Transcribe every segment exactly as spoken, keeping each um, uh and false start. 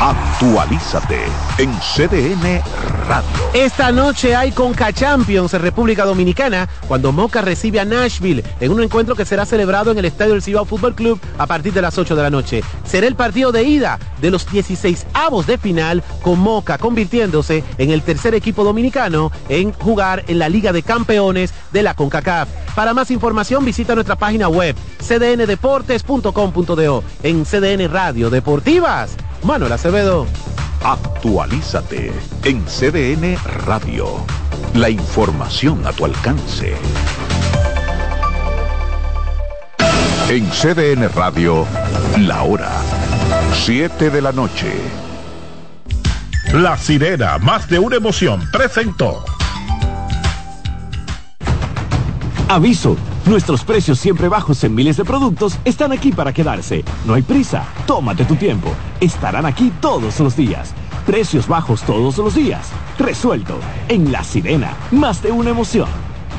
Actualízate en C D N Radio. Esta noche hay Conca Champions en República Dominicana, cuando Moca recibe a Nashville en un encuentro que será celebrado en el Estadio del Cibao Fútbol Club a partir de las ocho de la noche. Será el partido de ida de los dieciséis avos de final, con Moca convirtiéndose en el tercer equipo dominicano en jugar en la Liga de Campeones de la CONCACAF. Para más información visita nuestra página web c d n deportes punto com punto do. En C D N Radio Deportivas, Manuel Acevedo. Actualízate en C D N Radio. La información a tu alcance. En C D N Radio, la hora siete de la noche. La Sirena, más de una emoción, presentó. Aviso, nuestros precios siempre bajos en miles de productos están aquí para quedarse. No hay prisa, tómate tu tiempo. Estarán aquí todos los días. Precios bajos todos los días. Resuelto. En La Sirena, más de una emoción.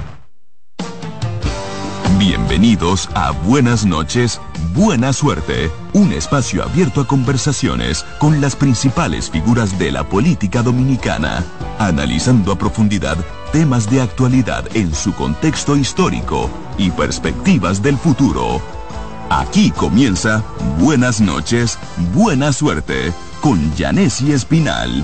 Bienvenidos a Buenas noches, Buena Suerte, un espacio abierto a conversaciones con las principales figuras de la política dominicana, analizando a profundidad temas de actualidad en su contexto histórico y perspectivas del futuro. Aquí comienza Buenas noches, Buena Suerte, con Yanesi Espinal.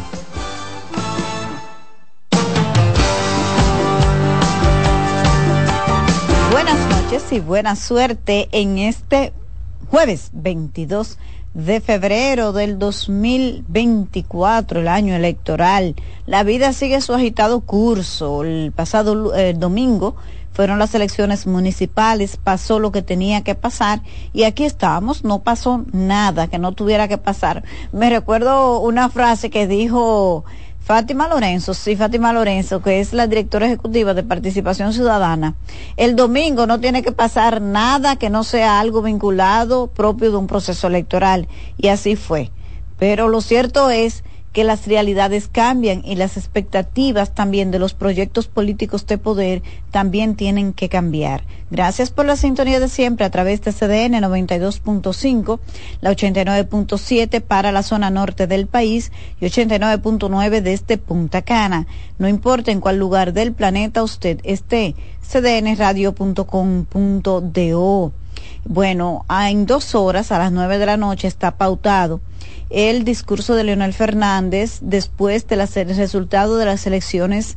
Y buena suerte en este jueves veintidós de febrero del dos mil veinticuatro, el año electoral. La vida sigue su agitado curso. El pasado eh, domingo fueron las elecciones municipales, pasó lo que tenía que pasar y aquí estamos, no pasó nada que no tuviera que pasar. Me recuerdo una frase que dijo Fátima Lorenzo, sí, Fátima Lorenzo, que es la directora ejecutiva de Participación Ciudadana. El domingo no tiene que pasar nada que no sea algo vinculado propio de un proceso electoral. Y así fue. Pero lo cierto es que las realidades cambian y las expectativas también de los proyectos políticos de poder también tienen que cambiar. Gracias por la sintonía de siempre a través de C D N noventa y dos punto cinco, la ochenta y nueve punto siete para la zona norte del país y ochenta y nueve punto nueve desde Punta Cana. No importa en cuál lugar del planeta usted esté, c d n radio punto com punto do. Bueno, en dos horas, a las nueve de la noche, está pautado el discurso de Leonel Fernández después del resultado de las elecciones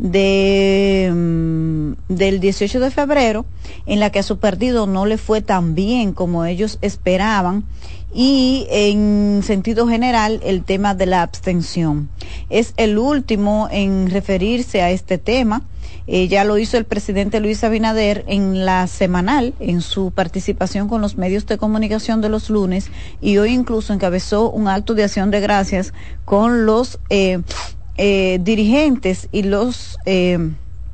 de del dieciocho de febrero, en la que a su partido no le fue tan bien como ellos esperaban, y en sentido general el tema de la abstención. Es el último en referirse a este tema. Eh, ya lo hizo el presidente Luis Abinader en la semanal, en su participación con los medios de comunicación de los lunes, y hoy incluso encabezó un acto de acción de gracias con los eh, eh, dirigentes y los eh,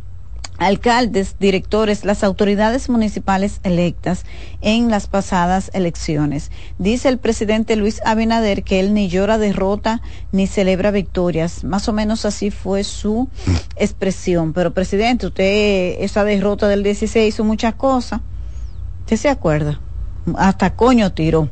alcaldes, directores, las autoridades municipales electas en las pasadas elecciones. Dice el presidente Luis Abinader que él ni llora derrota ni celebra victorias. Más o menos así fue su expresión. Pero, presidente, usted esa derrota del dieciséis hizo muchas cosas. ¿Usted se acuerda? Hasta coño tiró.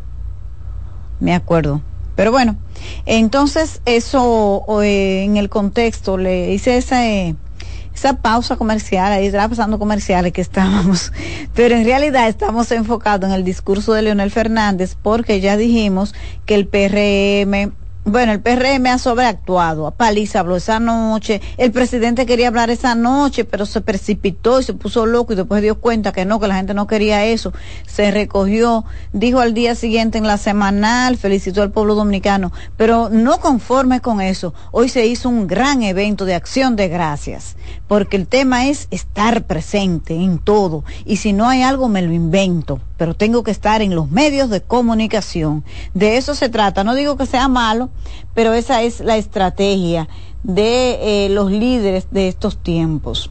Me acuerdo. Pero bueno, entonces eso eh, en el contexto le hice esa... Eh, esa pausa comercial, ahí estaba pasando comerciales que estábamos, pero en realidad estamos enfocados en el discurso de Leonel Fernández, porque ya dijimos que el P R M, bueno, el P R M ha sobreactuado. Paliza habló esa noche, el presidente quería hablar esa noche, pero se precipitó y se puso loco y después dio cuenta que no, que la gente no quería eso, se recogió, dijo al día siguiente en la semanal, felicitó al pueblo dominicano, pero no conforme con eso, hoy se hizo un gran evento de acción de gracias, porque el tema es estar presente en todo, y si no hay algo me lo invento, pero tengo que estar en los medios de comunicación. De eso se trata. No digo que sea malo, pero esa es la estrategia de eh, los líderes de estos tiempos.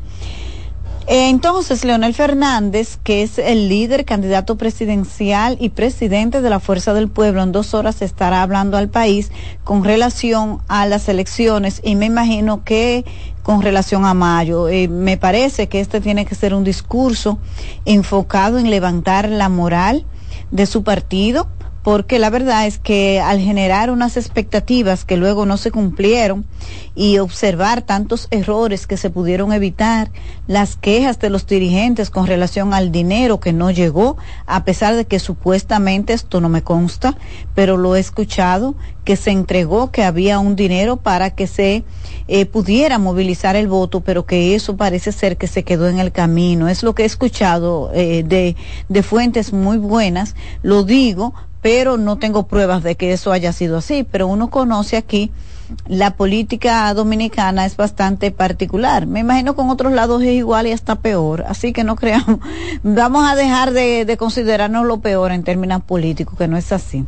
Entonces, Leonel Fernández, que es el líder, candidato presidencial y presidente de la Fuerza del Pueblo, en dos horas estará hablando al país con relación a las elecciones, y me imagino que con relación a mayo. Eh, me parece que este tiene que ser un discurso enfocado en levantar la moral de su partido, porque la verdad es que al generar unas expectativas que luego no se cumplieron y observar tantos errores que se pudieron evitar, las quejas de los dirigentes con relación al dinero que no llegó, a pesar de que supuestamente, esto no me consta, pero lo he escuchado, que se entregó, que había un dinero para que se eh, pudiera movilizar el voto, pero que eso parece ser que se quedó en el camino. Es lo que he escuchado eh, de, de fuentes muy buenas, lo digo, pero no tengo pruebas de que eso haya sido así, pero uno conoce aquí la política dominicana es bastante particular. Me imagino con otros lados es igual y hasta peor, así que no creamos, vamos a dejar de, de considerarnos lo peor en términos políticos, que no es así.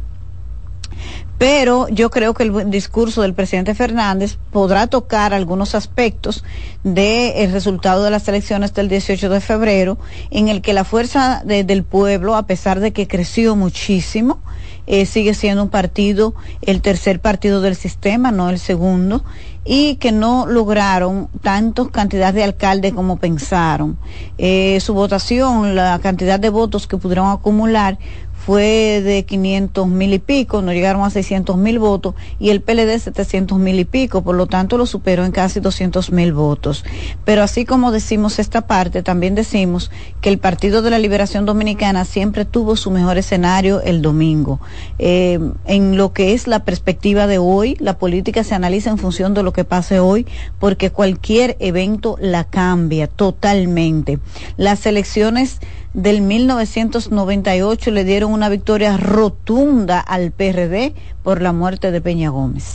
Pero yo creo que el discurso del presidente Fernández podrá tocar algunos aspectos del resultado de las elecciones del dieciocho de febrero, en el que la fuerza de, del pueblo, a pesar de que creció muchísimo, eh, sigue siendo un partido, el tercer partido del sistema, no el segundo, y que no lograron tantos cantidad de alcaldes como pensaron. Eh, su votación, la cantidad de votos que pudieron acumular, fue de quinientos mil y pico, no llegaron a seiscientos mil votos, y el P L D setecientos mil y pico, por lo tanto lo superó en casi doscientos mil votos. Pero así como decimos esta parte, también decimos que el Partido de la Liberación Dominicana siempre tuvo su mejor escenario el domingo. Eh, en lo que es la perspectiva de hoy, la política se analiza en función de lo que pase hoy, porque cualquier evento la cambia totalmente. Las elecciones del mil novecientos noventa y ocho le dieron una victoria rotunda al P R D por la muerte de Peña Gómez.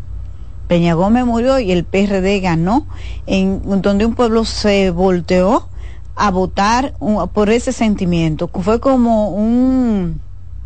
Peña Gómez murió y el P R D ganó, en donde un pueblo se volteó a votar un, por ese sentimiento. Fue como un,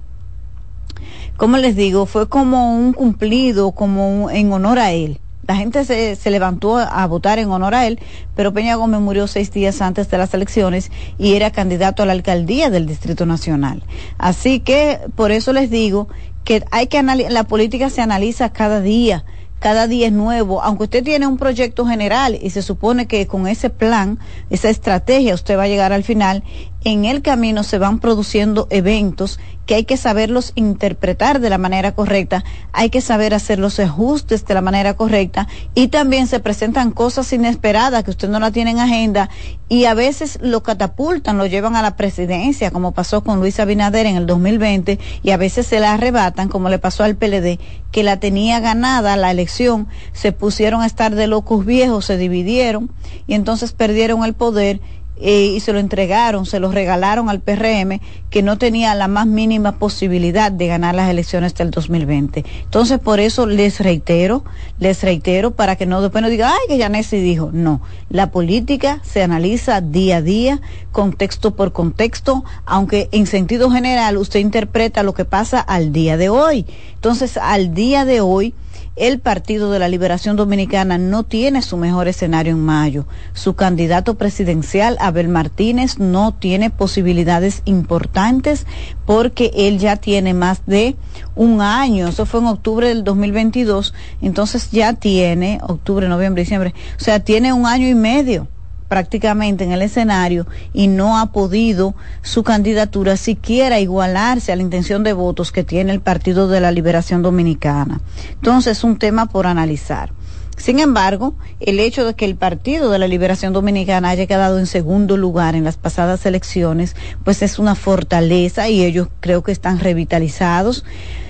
¿cómo les digo? Fue como un cumplido, como un, en honor a él. La gente se, se levantó a votar en honor a él, pero Peña Gómez murió seis días antes de las elecciones y era candidato a la alcaldía del Distrito Nacional. Así que por eso les digo que hay que analizar, la política se analiza cada día, cada día es nuevo, aunque usted tiene un proyecto general y se supone que con ese plan, esa estrategia usted va a llegar al final, en el camino se van produciendo eventos que hay que saberlos interpretar de la manera correcta, hay que saber hacer los ajustes de la manera correcta, y también se presentan cosas inesperadas que usted no la tiene en agenda y a veces lo catapultan, lo llevan a la presidencia, como pasó con Luis Abinader en el dos mil veinte, y a veces se la arrebatan, como le pasó al P L D, que la tenía ganada la elección, se pusieron a estar de locos viejos, se dividieron y entonces perdieron el poder. Eh, y se lo entregaron, se lo regalaron al P R M, que no tenía la más mínima posibilidad de ganar las elecciones del dos mil veinte. Entonces, por eso les reitero, les reitero, para que no después no diga, ay, que Yanesi dijo. No, la política se analiza día a día, contexto por contexto, aunque en sentido general usted interpreta lo que pasa al día de hoy. Entonces, al día de hoy, el Partido de la Liberación Dominicana no tiene su mejor escenario en mayo. Su candidato presidencial, Abel Martínez, no tiene posibilidades importantes porque él ya tiene más de un año. Eso fue en octubre del dos mil veintidós. Entonces ya tiene, octubre, noviembre, diciembre, o sea, tiene un año y medio prácticamente en el escenario y no ha podido su candidatura siquiera igualarse a la intención de votos que tiene el Partido de la Liberación Dominicana. Entonces es un tema por analizar. Sin embargo, el hecho de que el Partido de la Liberación Dominicana haya quedado en segundo lugar en las pasadas elecciones, pues es una fortaleza y ellos creo que están revitalizados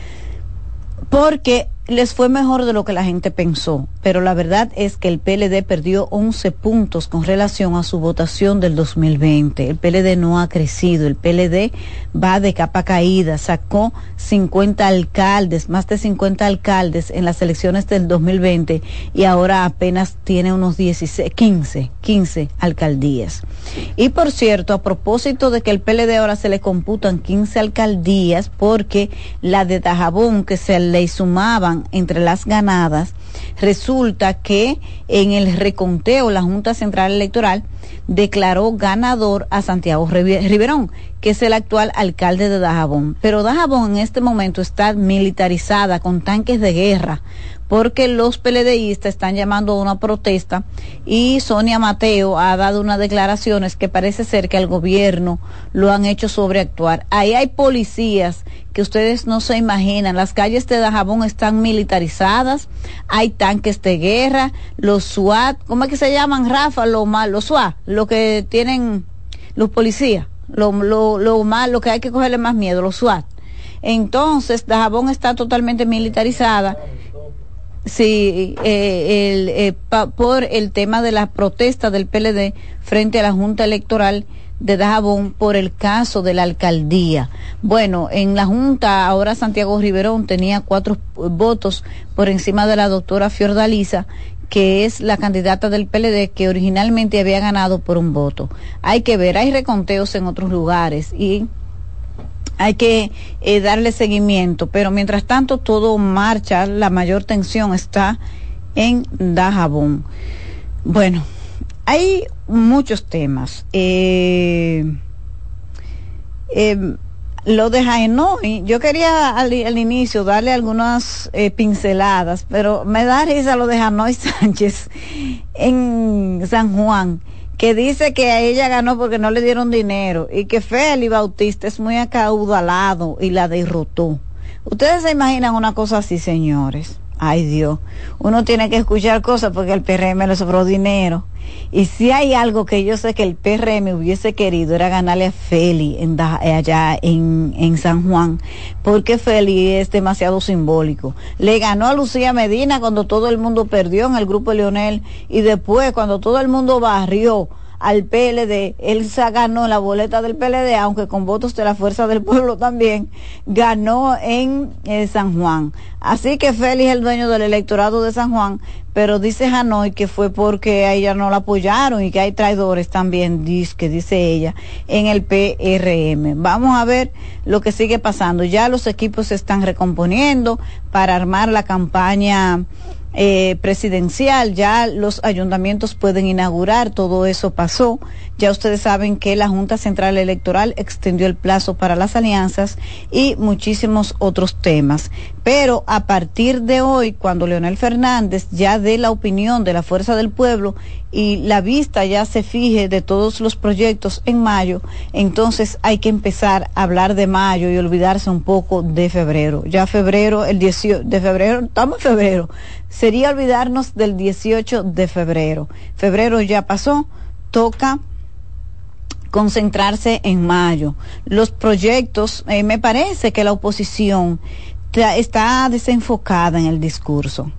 porque les fue mejor de lo que la gente pensó, pero la verdad es que el P L D perdió once puntos con relación a su votación del dos mil veinte. El P L D no ha crecido, el P L D va de capa caída, sacó cincuenta alcaldes, más de cincuenta alcaldes en las elecciones del dos mil veinte y ahora apenas tiene unos dieciséis, quince, quince alcaldías. Y por cierto, a propósito de que el P L D ahora se le computan quince alcaldías porque la de Dajabón que se le sumaban entre las ganadas, resulta que en el reconteo la Junta Central Electoral declaró ganador a Santiago Riverón, que es el actual alcalde de Dajabón. Pero Dajabón en este momento está militarizada con tanques de guerra, porque los PLDistas están llamando a una protesta y Sonia Mateo ha dado unas declaraciones que parece ser que al gobierno lo han hecho sobreactuar. Ahí hay policías que ustedes no se imaginan, las calles de Dajabón están militarizadas, hay tanques de guerra, los SWAT, ¿cómo es que se llaman, Rafa? Lo mal, los SWAT, lo que tienen los policías, lo, lo, lo mal, lo que hay que cogerle más miedo, los SWAT. Entonces, Dajabón está totalmente militarizada. Sí, eh, el, eh, pa, por el tema de la protesta del P L D frente a la Junta Electoral de Dajabón por el caso de la alcaldía. Bueno, en la Junta ahora Santiago Riverón tenía cuatro votos por encima de la doctora Fiordalisa, que es la candidata del P L D, que originalmente había ganado por un voto. Hay que ver, hay reconteos en otros lugares y hay que eh, darle seguimiento, pero mientras tanto todo marcha, la mayor tensión está en Dajabón. Bueno, hay muchos temas. Eh, eh, lo de Jaenoy, yo quería al, al inicio darle algunas eh, pinceladas, pero me da risa lo de Jaenoy Sánchez en San Juan, que dice que a ella ganó porque no le dieron dinero y que Félix Bautista es muy acaudalado y la derrotó. ¿Ustedes se imaginan una cosa así, señores? Ay, Dios, uno tiene que escuchar cosas porque al P R M le sobró dinero. Y si hay algo que yo sé que el P R M hubiese querido era ganarle a Félix en, allá en, en San Juan, porque Félix es demasiado simbólico. Le ganó a Lucía Medina cuando todo el mundo perdió en el grupo de Leonel, y después cuando todo el mundo barrió al P L D, él se ganó la boleta del P L D, aunque con votos de la Fuerza del Pueblo también, ganó en eh, San Juan. Así que Félix es el dueño del electorado de San Juan, pero dice Jaenoy que fue porque a ella no la apoyaron y que hay traidores también, dice, que dice ella, en el P R M. Vamos a ver lo que sigue pasando. Ya los equipos se están recomponiendo para armar la campaña Eh, presidencial, ya los ayuntamientos pueden inaugurar, todo eso pasó. Ya ustedes saben que la Junta Central Electoral extendió el plazo para las alianzas y muchísimos otros temas. Pero a partir de hoy, cuando Leonel Fernández ya dé la opinión de la Fuerza del Pueblo y la vista ya se fije de todos los proyectos en mayo, entonces hay que empezar a hablar de mayo y olvidarse un poco de febrero. Ya febrero, el dieciocho de febrero, estamos en febrero, sería olvidarnos del dieciocho de febrero. Febrero ya pasó, toca concentrarse en mayo. Los proyectos, eh, me parece que la oposición está desenfocada en el discurso.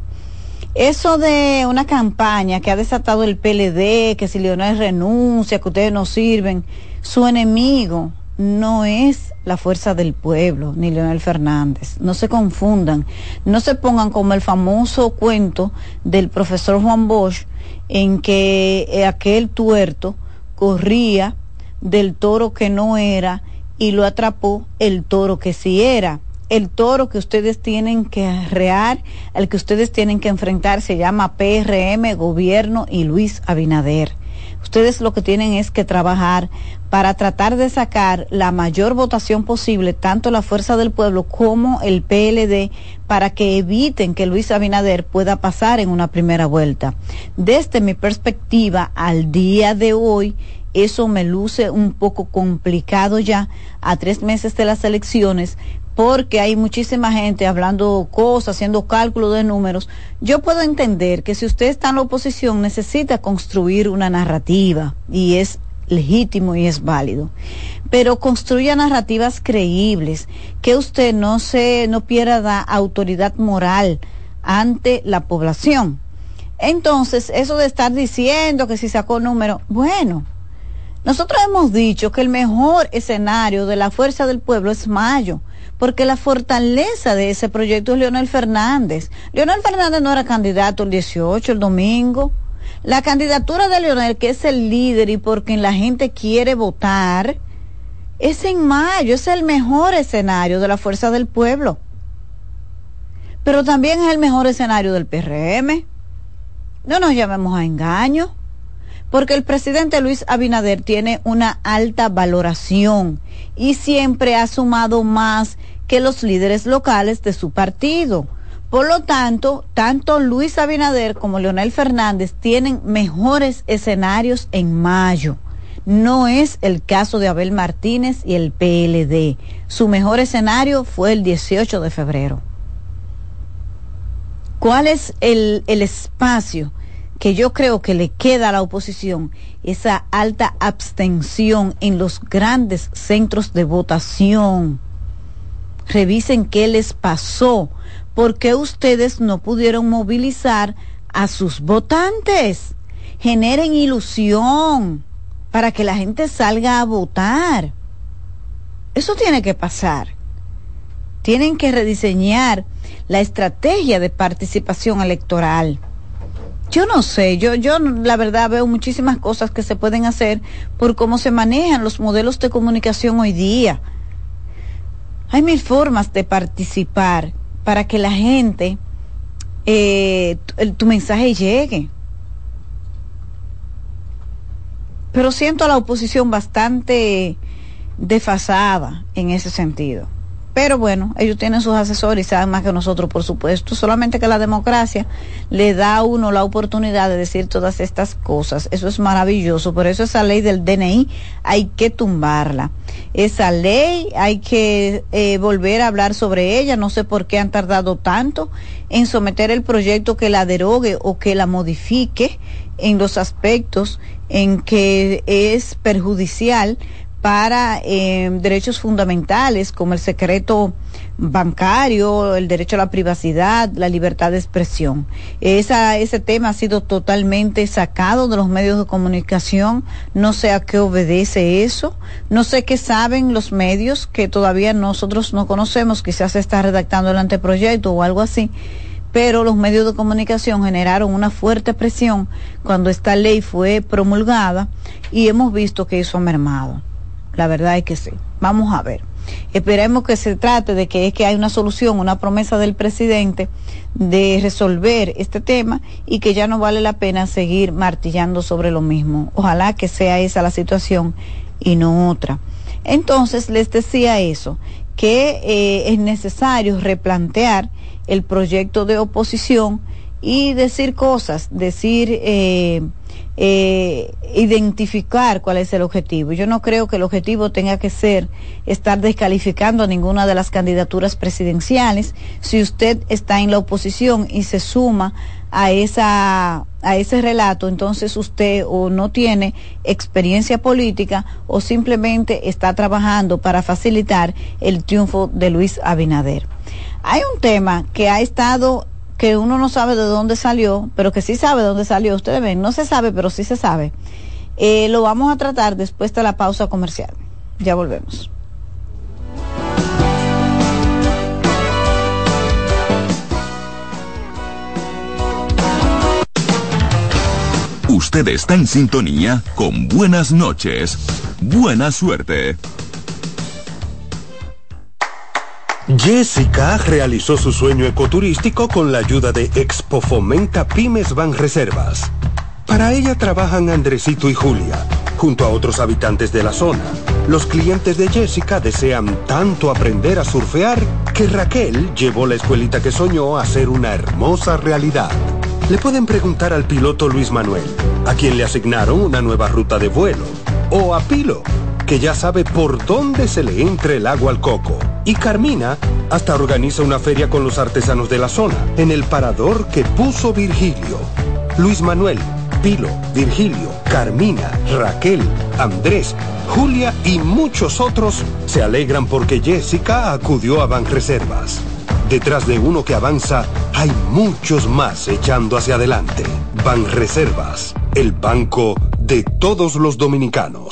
Eso de una campaña que ha desatado el P L D, que si Leonel renuncia, que ustedes no sirven, su enemigo no es la Fuerza del Pueblo ni Leonel Fernández. No se confundan, no se pongan como el famoso cuento del profesor Juan Bosch, en que aquel tuerto corría del toro que no era y lo atrapó el toro que sí era. El toro que ustedes tienen que arrear, el que ustedes tienen que enfrentar, se llama P R M, gobierno y Luis Abinader. Ustedes lo que tienen es que trabajar para tratar de sacar la mayor votación posible, tanto la Fuerza del Pueblo como el P L D, para que eviten que Luis Abinader pueda pasar en una primera vuelta. Desde mi perspectiva, al día de hoy, eso me luce un poco complicado ya, a tres meses de las elecciones, porque hay muchísima gente hablando cosas, haciendo cálculos de números. Yo puedo entender que si usted está en la oposición necesita construir una narrativa, y es legítimo y es válido, pero construya narrativas creíbles, que usted no se no pierda autoridad moral ante la población. Entonces, eso de estar diciendo que si sacó números, bueno, nosotros hemos dicho que el mejor escenario de la Fuerza del Pueblo es mayo, porque la fortaleza de ese proyecto es Leonel Fernández. Leonel Fernández no era candidato el dieciocho, el domingo. La candidatura de Leonel, que es el líder y por quien la gente quiere votar, es en mayo, es el mejor escenario de la Fuerza del Pueblo. Pero también es el mejor escenario del P R M. No nos llamemos a engaño. porque el presidente Luis Abinader tiene una alta valoración y siempre ha sumado más que los líderes locales de su partido. Por lo tanto, tanto Luis Abinader como Leonel Fernández tienen mejores escenarios en mayo. No es el caso de Abel Martínez y el P L D. Su mejor escenario fue el dieciocho de febrero. ¿Cuál es el, el espacio que yo creo que le queda a la oposición? Esa alta abstención en los grandes centros de votación. Revisen qué les pasó. ¿Por qué ustedes no pudieron movilizar a sus votantes? Generen ilusión para que la gente salga a votar. Eso tiene que pasar. Tienen que rediseñar la estrategia de participación electoral. Yo no sé, yo, yo la verdad veo muchísimas cosas que se pueden hacer por cómo se manejan los modelos de comunicación hoy día. Hay mil formas de participar para que la gente, eh, tu, tu mensaje llegue. Pero siento a la oposición bastante desfasada en ese sentido. Pero bueno, ellos tienen sus asesores y saben más que nosotros, por supuesto. Solamente que la democracia le da a uno la oportunidad de decir todas estas cosas. Eso es maravilloso. Por eso esa ley del D N I hay que tumbarla. Esa ley hay que eh, volver a hablar sobre ella. No sé por qué han tardado tanto en someter el proyecto que la derogue o que la modifique en los aspectos en que es perjudicial para eh, derechos fundamentales como el secreto bancario, el derecho a la privacidad, la libertad de expresión. Esa, ese tema ha sido totalmente sacado de los medios de comunicación. No sé a qué obedece eso. No sé qué saben los medios que todavía nosotros no conocemos. Quizás se está redactando el anteproyecto o algo así. Pero los medios de comunicación generaron una fuerte presión cuando esta ley fue promulgada y hemos visto que eso ha mermado. La verdad es que sí. Vamos a ver. Esperemos que se trate de que es que hay una solución, una promesa del presidente de resolver este tema y que ya no vale la pena seguir martillando sobre lo mismo. Ojalá que sea esa la situación y no otra. Entonces les decía eso, que eh, es necesario replantear el proyecto de oposición y decir cosas, decir... Eh, Eh, identificar cuál es el objetivo. Yo no creo que el objetivo tenga que ser estar descalificando a ninguna de las candidaturas presidenciales. Si usted está en la oposición y se suma a esa a ese relato, entonces usted o no tiene experiencia política o simplemente está trabajando para facilitar el triunfo de Luis Abinader. Hay un tema que ha estado que uno no sabe de dónde salió, pero que sí sabe de dónde salió. Ustedes ven, no se sabe, pero sí se sabe. Eh, lo vamos a tratar después de la pausa comercial. Ya volvemos. Usted está en sintonía con Buenas noches. Buena suerte. Jessica realizó su sueño ecoturístico con la ayuda de Expo Fomenta Pymes Banreservas. Para ella trabajan Andresito y Julia, junto a otros habitantes de la zona. Los clientes de Jessica desean tanto aprender a surfear que Raquel llevó la escuelita que soñó a ser una hermosa realidad. Le pueden preguntar al piloto Luis Manuel, a quien le asignaron una nueva ruta de vuelo, o a Pilo, que ya sabe por dónde se le entra el agua al coco. Y Carmina hasta organiza una feria con los artesanos de la zona, en el parador que puso Virgilio. Luis Manuel, Pilo, Virgilio, Carmina, Raquel, Andrés, Julia y muchos otros se alegran porque Jessica acudió a Banreservas. Detrás de uno que avanza, hay muchos más echando hacia adelante. Banreservas, el banco de todos los dominicanos.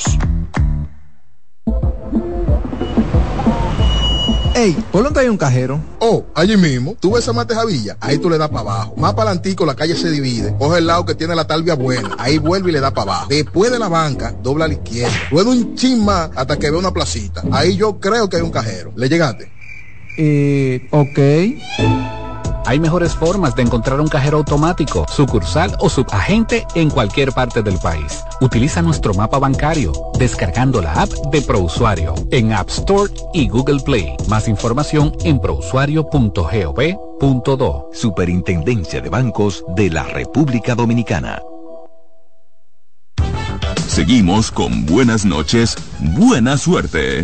Ey, ¿por dónde hay un cajero? Oh, allí mismo. Tú ves a Mate Javilla, ahí tú le das para abajo. Más para adelantico la calle se divide. Coge el lado que tiene la talvia buena. Ahí vuelve y le da para abajo. Después de la banca, dobla a la izquierda. Luego un chin más hasta que ve una placita. Ahí yo creo que hay un cajero. ¿Le llegaste? Eh, ok. Hay mejores formas de encontrar un cajero automático, sucursal o subagente en cualquier parte del país. Utiliza nuestro mapa bancario descargando la app de ProUsuario en App Store y Google Play. Más información en prousuario punto gov punto do. Superintendencia de Bancos de la República Dominicana. Seguimos con Buenas noches, buena suerte.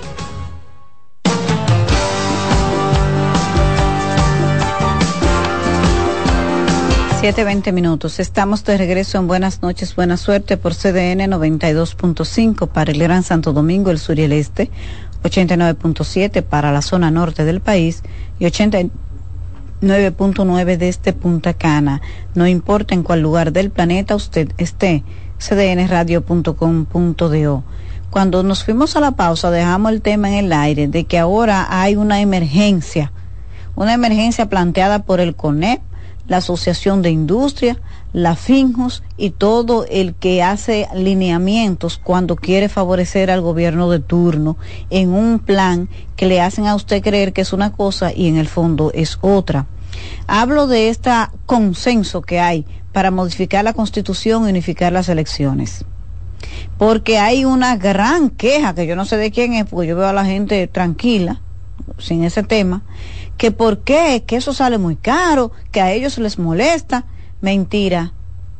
siete veinte minutos. Estamos de regreso en Buenas noches, buena suerte por C D N noventa y dos punto cinco para el Gran Santo Domingo, el sur y el este, ochenta y nueve punto siete para la zona norte del país y ochenta y nueve punto nueve desde Punta Cana. No importa en cuál lugar del planeta usted esté, c d n radio punto com punto do. Cuando nos fuimos a la pausa dejamos el tema en el aire de que ahora hay una emergencia, una emergencia planteada por el CONEP, la Asociación de Industria, la FINJUS y todo el que hace lineamientos cuando quiere favorecer al gobierno de turno en un plan que le hacen a usted creer que es una cosa y en el fondo es otra. Hablo de este consenso que hay para modificar la Constitución y unificar las elecciones. Porque hay una gran queja, que yo no sé de quién es, porque yo veo a la gente tranquila, sin ese tema, que por qué, que eso sale muy caro, que a ellos les molesta. Mentira.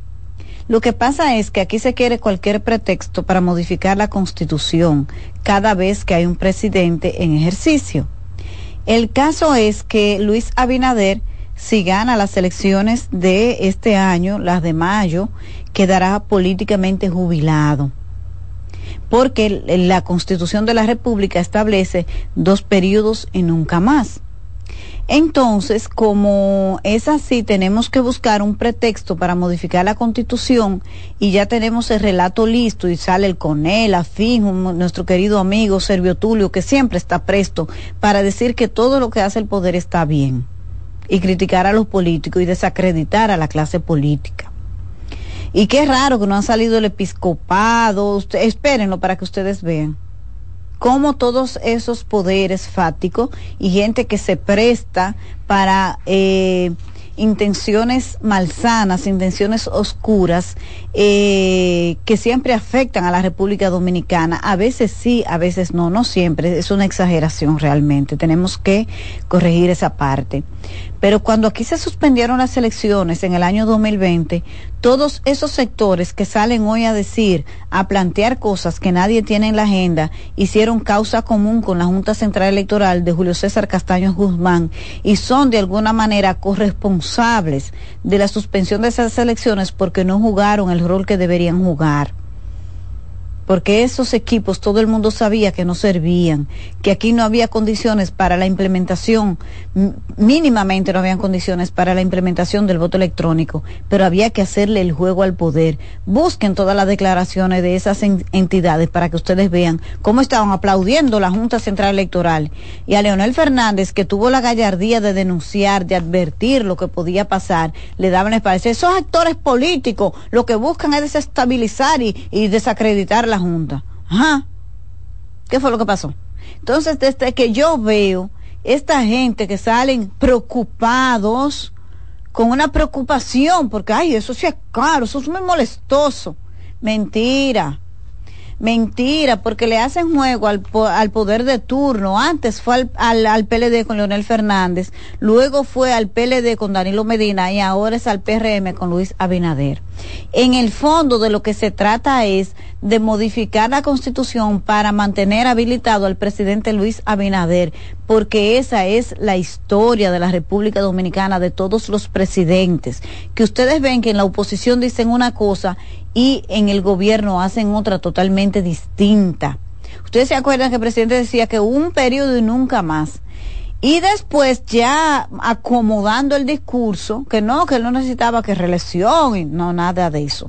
Lo que pasa es que aquí se quiere cualquier pretexto para modificar la Constitución cada vez que hay un presidente en ejercicio. El caso es que Luis Abinader, si gana las elecciones de este año, las de mayo, quedará políticamente jubilado, porque la Constitución de la República establece dos periodos y nunca más. Entonces, como es así, tenemos que buscar un pretexto para modificar la Constitución y ya tenemos el relato listo y sale el CONEL, la FINJUS, nuestro querido amigo Servio Tulio, que siempre está presto para decir que todo lo que hace el poder está bien y criticar a los políticos y desacreditar a la clase política. Y qué raro que no han salido el episcopado. Usted, espérenlo para que ustedes vean cómo todos esos poderes fáticos y gente que se presta para eh, intenciones malsanas, intenciones oscuras, eh, que siempre afectan a la República Dominicana, a veces sí, a veces no, no siempre, es una exageración realmente, tenemos que corregir esa parte. Pero cuando aquí se suspendieron las elecciones en el año dos mil veinte, todos esos sectores que salen hoy a decir, a plantear cosas que nadie tiene en la agenda, hicieron causa común con la Junta Central Electoral de Julio César Castaño Guzmán y son de alguna manera corresponsables de la suspensión de esas elecciones porque no jugaron el rol que deberían jugar. Porque esos equipos todo el mundo sabía que no servían, que aquí no había condiciones para la implementación, mínimamente no habían condiciones para la implementación del voto electrónico, pero había que hacerle el juego al poder. Busquen todas las declaraciones de esas entidades para que ustedes vean cómo estaban aplaudiendo la Junta Central Electoral y a Leonel Fernández, que tuvo la gallardía de denunciar, de advertir lo que podía pasar, le daban espacio. Esos actores políticos lo que buscan es desestabilizar y, y desacreditar la Junta. Ajá. ¿Qué fue lo que pasó? Entonces, desde que yo veo esta gente que salen preocupados, con una preocupación, porque, ay, eso sí es caro, eso es muy molestoso. Mentira. Mentira, porque le hacen juego al, al poder de turno. Antes fue al, al, al P L D con Leonel Fernández, luego fue al P L D con Danilo Medina y ahora es al P R M con Luis Abinader. En el fondo de lo que se trata es de modificar la Constitución para mantener habilitado al presidente Luis Abinader, porque esa es la historia de la República Dominicana, de todos los presidentes, que ustedes ven que en la oposición dicen una cosa y en el gobierno hacen otra totalmente distinta. Ustedes se acuerdan que el presidente decía que un periodo y nunca más. Y después ya acomodando el discurso, que no, que él no necesitaba que reelección, y no, nada de eso.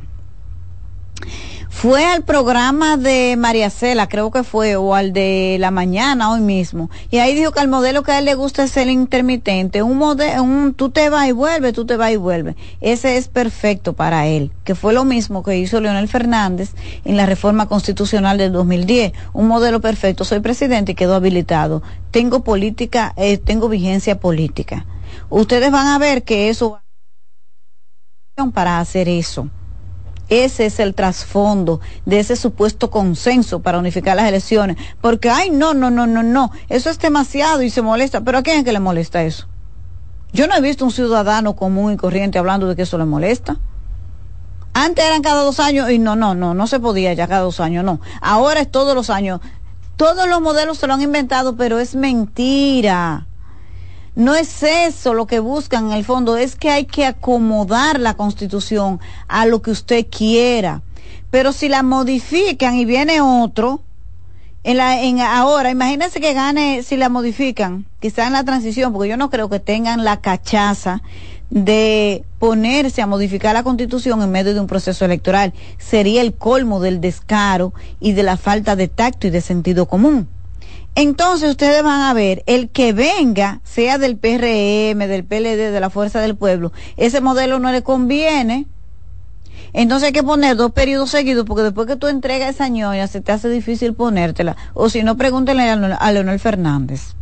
Fue al programa de María Cela, creo que fue, o al de la mañana hoy mismo, y ahí dijo que el modelo que a él le gusta es el intermitente, un modelo, un tú te vas y vuelves, tú te vas y vuelves. Ese es perfecto para él, que fue lo mismo que hizo Leonel Fernández en la reforma constitucional del dos mil diez, un modelo perfecto. Soy presidente y quedo habilitado, tengo política, eh, tengo vigencia política. Ustedes van a ver que eso va para hacer eso. Ese es el trasfondo de ese supuesto consenso para unificar las elecciones. Porque, ay, no, no, no, no, no, eso es demasiado y se molesta. ¿Pero a quién es que le molesta eso? Yo no he visto un ciudadano común y corriente hablando de que eso le molesta. Antes eran cada dos años y no, no, no, no se podía ya cada dos años, no. Ahora es todos los años. Todos los modelos se lo han inventado, pero es mentira. No es eso lo que buscan en el fondo, es que hay que acomodar la Constitución a lo que usted quiera. Pero si la modifican y viene otro, en la, en ahora, imagínense que gane, si la modifican, quizá en la transición, porque yo no creo que tengan la cachaza de ponerse a modificar la Constitución en medio de un proceso electoral. Sería el colmo del descaro y de la falta de tacto y de sentido común. Entonces ustedes van a ver, el que venga, sea del P R M, del P L D, de la Fuerza del Pueblo, ese modelo no le conviene. Entonces hay que poner dos periodos seguidos, porque después que tú entregas esa ñoña, se te hace difícil ponértela. O si no, pregúntenle a Leonel Fernández.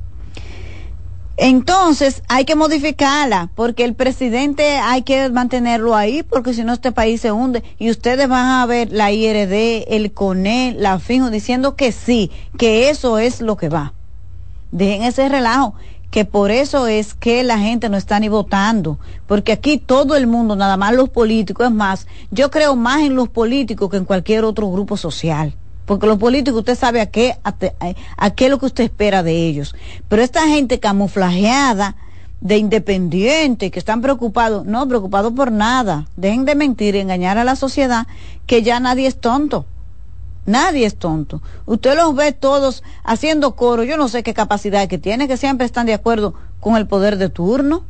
Entonces hay que modificarla, porque el presidente hay que mantenerlo ahí, porque si no este país se hunde. Y ustedes van a ver la I R D, el CONE, la FINJO diciendo que sí, que eso es lo que va. Dejen ese relajo, que por eso es que la gente no está ni votando, porque aquí todo el mundo, nada más los políticos, es más, yo creo más en los políticos que en cualquier otro grupo social. Porque los políticos, usted sabe a qué, a, a qué es lo que usted espera de ellos. Pero esta gente camuflajeada, de independiente, que están preocupados, no, preocupados por nada. Dejen de mentir y engañar a la sociedad, que ya nadie es tonto. Nadie es tonto. Usted los ve todos haciendo coro, yo no sé qué capacidad que tienen, que siempre están de acuerdo con el poder de turno.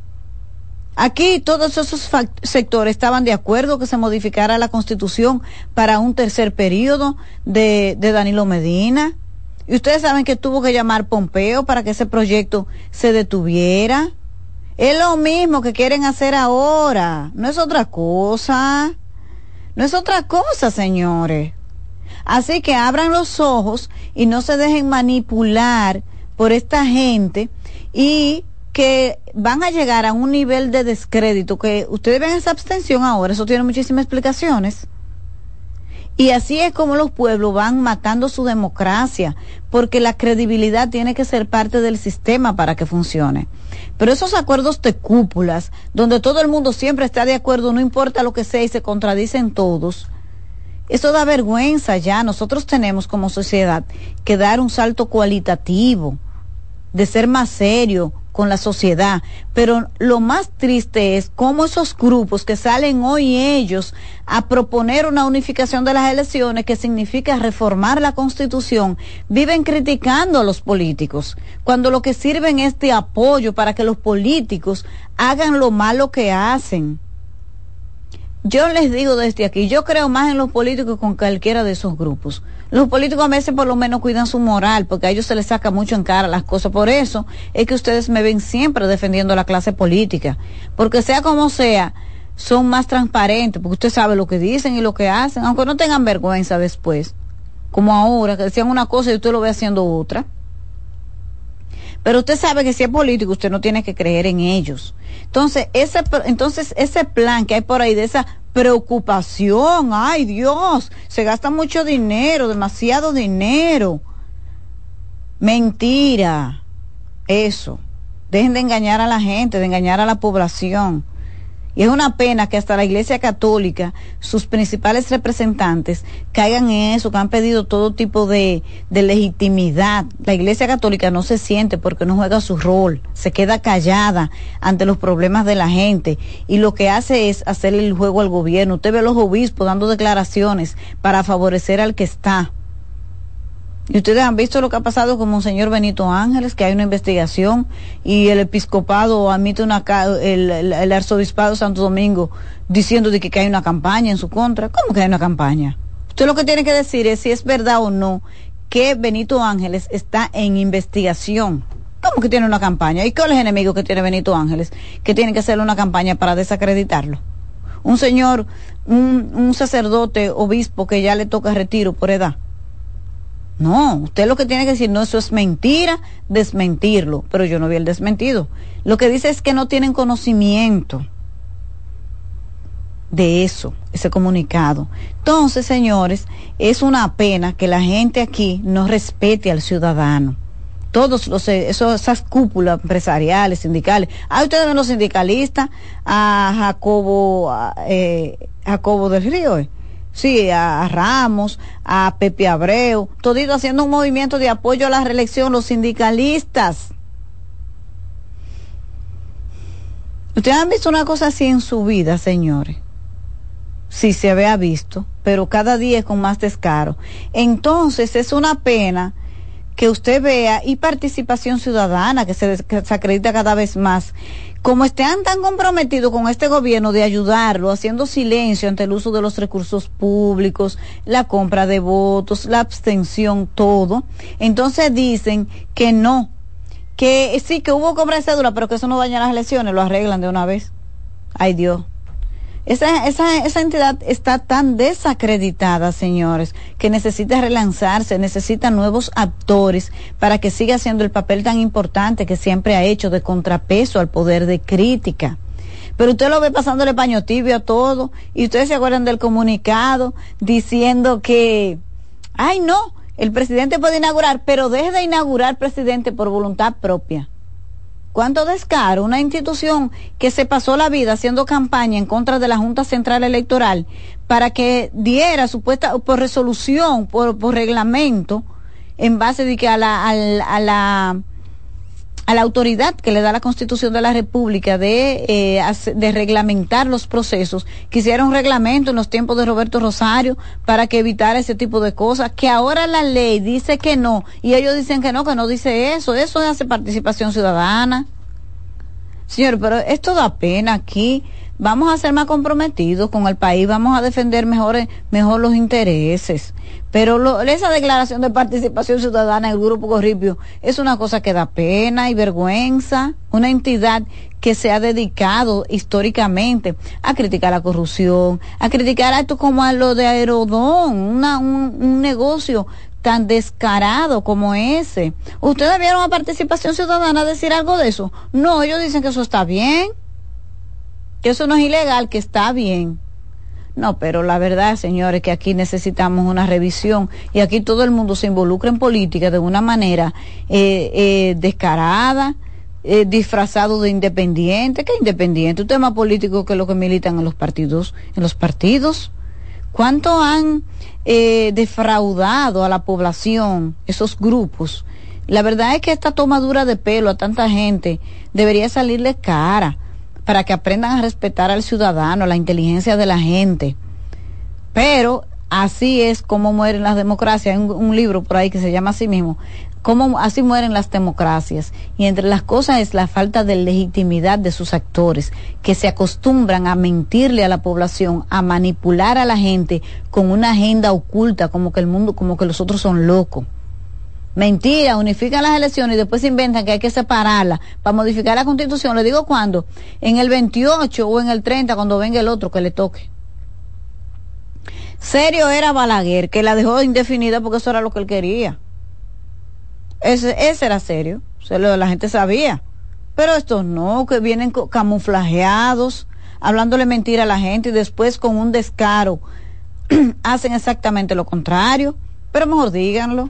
Aquí todos esos sectores estaban de acuerdo que se modificara la Constitución para un tercer periodo de, de Danilo Medina. Y ustedes saben que tuvo que llamar Pompeo para que ese proyecto se detuviera. Es lo mismo que quieren hacer ahora. No es otra cosa. No es otra cosa, señores. Así que abran los ojos y no se dejen manipular por esta gente y que van a llegar a un nivel de descrédito que ustedes ven esa abstención ahora, eso tiene muchísimas explicaciones. Y así es como los pueblos van matando su democracia, porque la credibilidad tiene que ser parte del sistema para que funcione. Pero esos acuerdos de cúpulas, donde todo el mundo siempre está de acuerdo, no importa lo que sea y se contradicen todos, eso da vergüenza ya. Nosotros tenemos como sociedad que dar un salto cualitativo, de ser más serio con la sociedad. Pero lo más triste es cómo esos grupos que salen hoy ellos a proponer una unificación de las elecciones, que significa reformar la Constitución, viven criticando a los políticos, cuando lo que sirven es de apoyo para que los políticos hagan lo malo que hacen. Yo les digo desde aquí, yo creo más en los políticos que con cualquiera de esos grupos. Los políticos a veces por lo menos cuidan su moral, porque a ellos se les saca mucho en cara las cosas. Por eso es que ustedes me ven siempre defendiendo la clase política, porque sea como sea, son más transparentes, porque usted sabe lo que dicen y lo que hacen, aunque no tengan vergüenza después, como ahora, que decían una cosa y usted lo ve haciendo otra. Pero usted sabe que si es político, usted no tiene que creer en ellos. Entonces, ese, entonces, ese plan que hay por ahí de esa preocupación, ay Dios, se gasta mucho dinero, demasiado dinero. Mentira. Eso. Dejen de engañar a la gente, de engañar a la población. Y es una pena que hasta la Iglesia Católica, sus principales representantes, caigan en eso, que han pedido todo tipo de, de legitimidad. La Iglesia Católica no se siente porque no juega su rol, se queda callada ante los problemas de la gente y lo que hace es hacerle el juego al gobierno. Usted ve a los obispos dando declaraciones para favorecer al que está. Y ustedes han visto lo que ha pasado con Monseñor Benito Ángeles, que hay una investigación y el episcopado admite una el, el, el arzobispado de Santo Domingo diciendo de que, que hay una campaña en su contra. ¿Cómo que hay una campaña? Usted lo que tiene que decir es si es verdad o no que Benito Ángeles está en investigación. ¿Cómo que tiene una campaña? ¿Y cuál es el enemigo que tiene Benito Ángeles? Que tiene que hacerle una campaña para desacreditarlo. Un señor, un, un sacerdote, obispo que ya le toca retiro por edad. No, usted lo que tiene que decir, no, eso es mentira, desmentirlo, pero yo no vi el desmentido. Lo que dice es que no tienen conocimiento de eso, ese comunicado. Entonces, señores, es una pena que la gente aquí no respete al ciudadano. Todos los, esos, esas cúpulas empresariales, sindicales. Ah, ustedes ven los sindicalistas, a Jacobo, a, eh, Jacobo del Río, eh. Sí, a, a Ramos, a Pepe Abreu, todito haciendo un movimiento de apoyo a la reelección, los sindicalistas. ¿Ustedes han visto una cosa así en su vida, señores? Sí, se había visto, pero cada día es con más descaro. Entonces, es una pena que usted vea, y participación ciudadana, que se, que se acredita cada vez más, como estén tan comprometidos con este gobierno de ayudarlo, haciendo silencio ante el uso de los recursos públicos, la compra de votos, la abstención, todo. Entonces dicen que no, que sí, que hubo compra de cédula, pero que eso no daña las elecciones, lo arreglan de una vez. Ay, Dios. Esa, esa, esa entidad está tan desacreditada, señores, que necesita relanzarse, necesita nuevos actores para que siga haciendo el papel tan importante que siempre ha hecho de contrapeso al poder de crítica. Pero usted lo ve pasándole paño tibio a todo, y ustedes se acuerdan del comunicado diciendo que, ay no, el presidente puede inaugurar, pero deje de inaugurar, presidente, por voluntad propia. ¿Cuánto descaro? Una institución que se pasó la vida haciendo campaña en contra de la Junta Central Electoral para que diera supuesta por resolución, por, por reglamento, en base de que a la, a la, a la a la autoridad que le da la Constitución de la República de eh, de reglamentar los procesos, quisiera un reglamento en los tiempos de Roberto Rosario para que evitara ese tipo de cosas, que ahora la ley dice que no, y ellos dicen que no, que no dice eso, eso hace participación ciudadana. Señor, pero esto da pena aquí. Vamos a ser más comprometidos con el país, vamos a defender mejor, mejor los intereses. Pero lo, esa declaración de participación ciudadana en el Grupo Corripio es una cosa que da pena y vergüenza. Una entidad que se ha dedicado históricamente a criticar la corrupción, a criticar esto como a lo de Aerodón, una, un, un negocio tan descarado como ese. ¿Ustedes vieron a participación ciudadana decir algo de eso? No, ellos dicen que eso está bien, que eso no es ilegal, que está bien. No, pero la verdad, señores, que aquí necesitamos una revisión, y aquí todo el mundo se involucra en política de una manera eh, eh, descarada, eh, disfrazado de independiente. ¿Qué independiente? Usted es más político que los que militan en los partidos. En los partidos, ¿cuánto han eh, defraudado a la población esos grupos? La verdad es que esta tomadura de pelo a tanta gente debería salirle cara, para que aprendan a respetar al ciudadano, la inteligencia de la gente. Pero así es como mueren las democracias. Hay un, un libro por ahí que se llama así mismo, cómo así mueren las democracias. Y entre las cosas es la falta de legitimidad de sus actores, que se acostumbran a mentirle a la población, a manipular a la gente con una agenda oculta, como que el mundo, como que los otros son locos. Mentira, unifican las elecciones y después se inventan que hay que separarlas para modificar la Constitución. Le digo cuándo, en el veintiocho o en el treinta, cuando venga el otro que le toque. Serio era Balaguer, que la dejó indefinida porque eso era lo que él quería. Ese, ese era serio, se lo, la gente sabía. Pero estos no, que vienen camuflajeados, hablándole mentira a la gente, y después con un descaro hacen exactamente lo contrario. Pero mejor díganlo.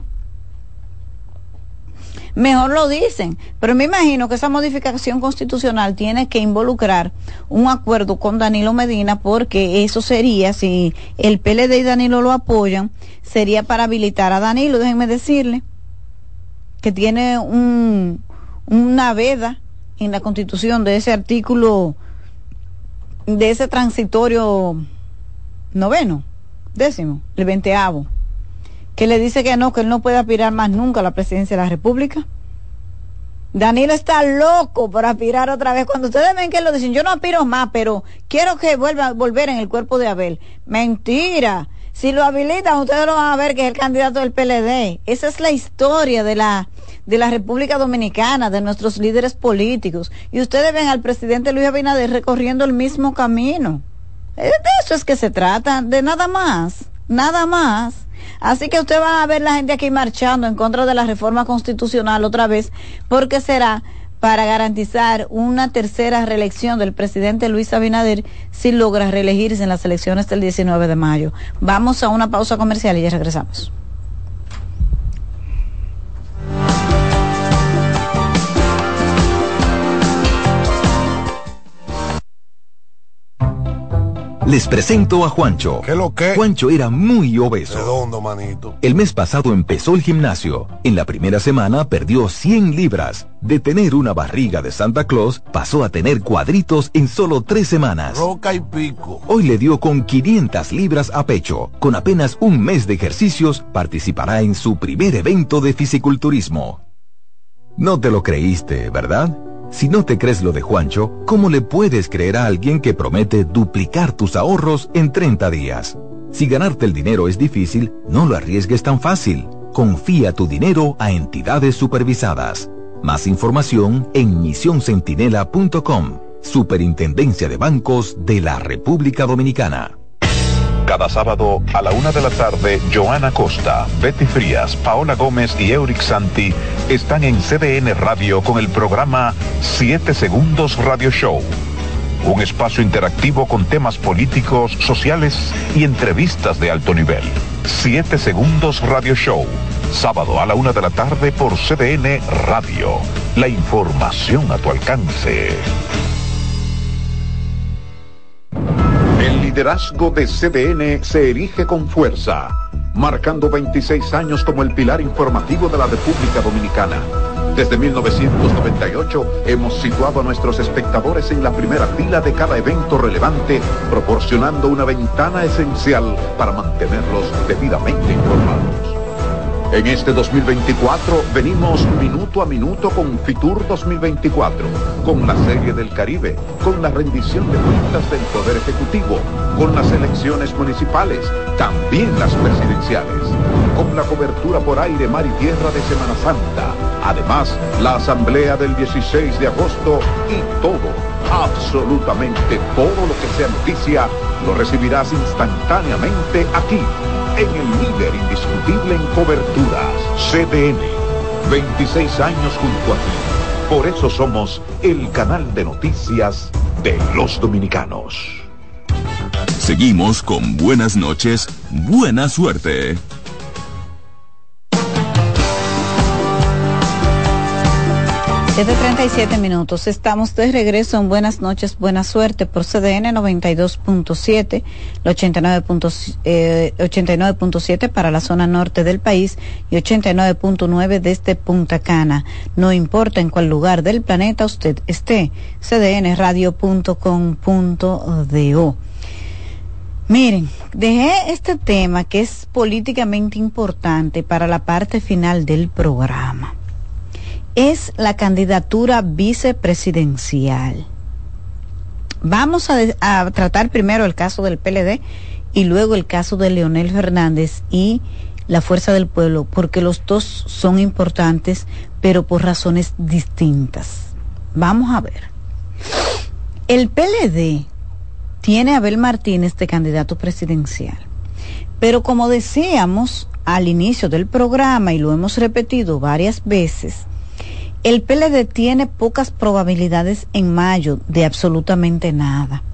Mejor lo dicen, pero me imagino que esa modificación constitucional tiene que involucrar un acuerdo con Danilo Medina, porque eso sería, si el P L D y Danilo lo apoyan, sería para habilitar a Danilo. Déjenme decirle que tiene un una veda en la Constitución de ese artículo, de ese transitorio noveno, décimo, el veinteavo, que le dice que no, que él no puede aspirar más nunca a la presidencia de la República. Danilo está loco por aspirar otra vez. Cuando ustedes ven que él lo dicen, yo no aspiro más, pero quiero que vuelva a volver en el cuerpo de Abel. Mentira. Si lo habilitan, ustedes lo van a ver que es el candidato del P L D. Esa es la historia de la de la República Dominicana, de nuestros líderes políticos. Y ustedes ven al presidente Luis Abinader recorriendo el mismo camino. De eso es que se trata, de nada más, nada más. Así que usted va a ver la gente aquí marchando en contra de la reforma constitucional otra vez, porque será para garantizar una tercera reelección del presidente Luis Abinader si logra reelegirse en las elecciones del diecinueve de mayo. Vamos a una pausa comercial y ya regresamos. Les presento a Juancho. ¿Qué lo que? Juancho era muy obeso. Redondo, manito. El mes pasado empezó el gimnasio. En la primera semana perdió cien libras. De tener una barriga de Santa Claus, pasó a tener cuadritos en solo tres semanas. Roca y pico. Hoy le dio con quinientas libras a pecho. Con apenas un mes de ejercicios, participará en su primer evento de fisiculturismo. No te lo creíste, ¿verdad? Si no te crees lo de Juancho, ¿cómo le puedes creer a alguien que promete duplicar tus ahorros en treinta días? Si ganarte el dinero es difícil, no lo arriesgues tan fácil. Confía tu dinero a entidades supervisadas. Más información en misión centinela punto com. Superintendencia de Bancos de la República Dominicana. Cada sábado a la una de la tarde, Joana Costa, Betty Frías, Paola Gómez y Euric Santi están en C D N Radio con el programa siete Segundos Radio Show. Un espacio interactivo con temas políticos, sociales y entrevistas de alto nivel. siete Segundos Radio Show. Sábado a la una de la tarde por C D N Radio. La información a tu alcance. El liderazgo de C D N se erige con fuerza, marcando veintiséis años como el pilar informativo de la República Dominicana. Desde mil novecientos noventa y ocho hemos situado a nuestros espectadores en la primera fila de cada evento relevante, proporcionando una ventana esencial para mantenerlos debidamente informados. En este dos mil veinticuatro venimos minuto a minuto con Fitur dos mil veinticuatro, con la Serie del Caribe, con la rendición de cuentas del Poder Ejecutivo, con las elecciones municipales, también las presidenciales, con la cobertura por aire, mar y tierra de Semana Santa, además la asamblea del dieciséis de agosto y todo, absolutamente todo lo que sea noticia, lo recibirás instantáneamente aquí, en el líder indiscutible en coberturas, C D N. veintiséis años junto a ti. Por eso somos el canal de noticias de los dominicanos. Seguimos con Buenas noches, buena suerte. siete treinta y siete minutos. Estamos de regreso en Buenas noches, buena suerte por C D N noventa y dos punto siete, el ochenta y nueve punto siete para la zona norte del país y ochenta y nueve punto nueve desde Punta Cana. No importa en cuál lugar del planeta usted esté, c d n radio punto com punto do. Miren, dejé este tema que es políticamente importante para la parte final del programa. Es la candidatura vicepresidencial. Vamos a, de, a tratar primero el caso del P L D y luego el caso de Leonel Fernández y la Fuerza del Pueblo, porque los dos son importantes, pero por razones distintas. Vamos a ver. El P L D tiene a Abel Martínez de candidato presidencial, pero como decíamos al inicio del programa y lo hemos repetido varias veces, el P L D tiene pocas probabilidades en mayo de absolutamente nada.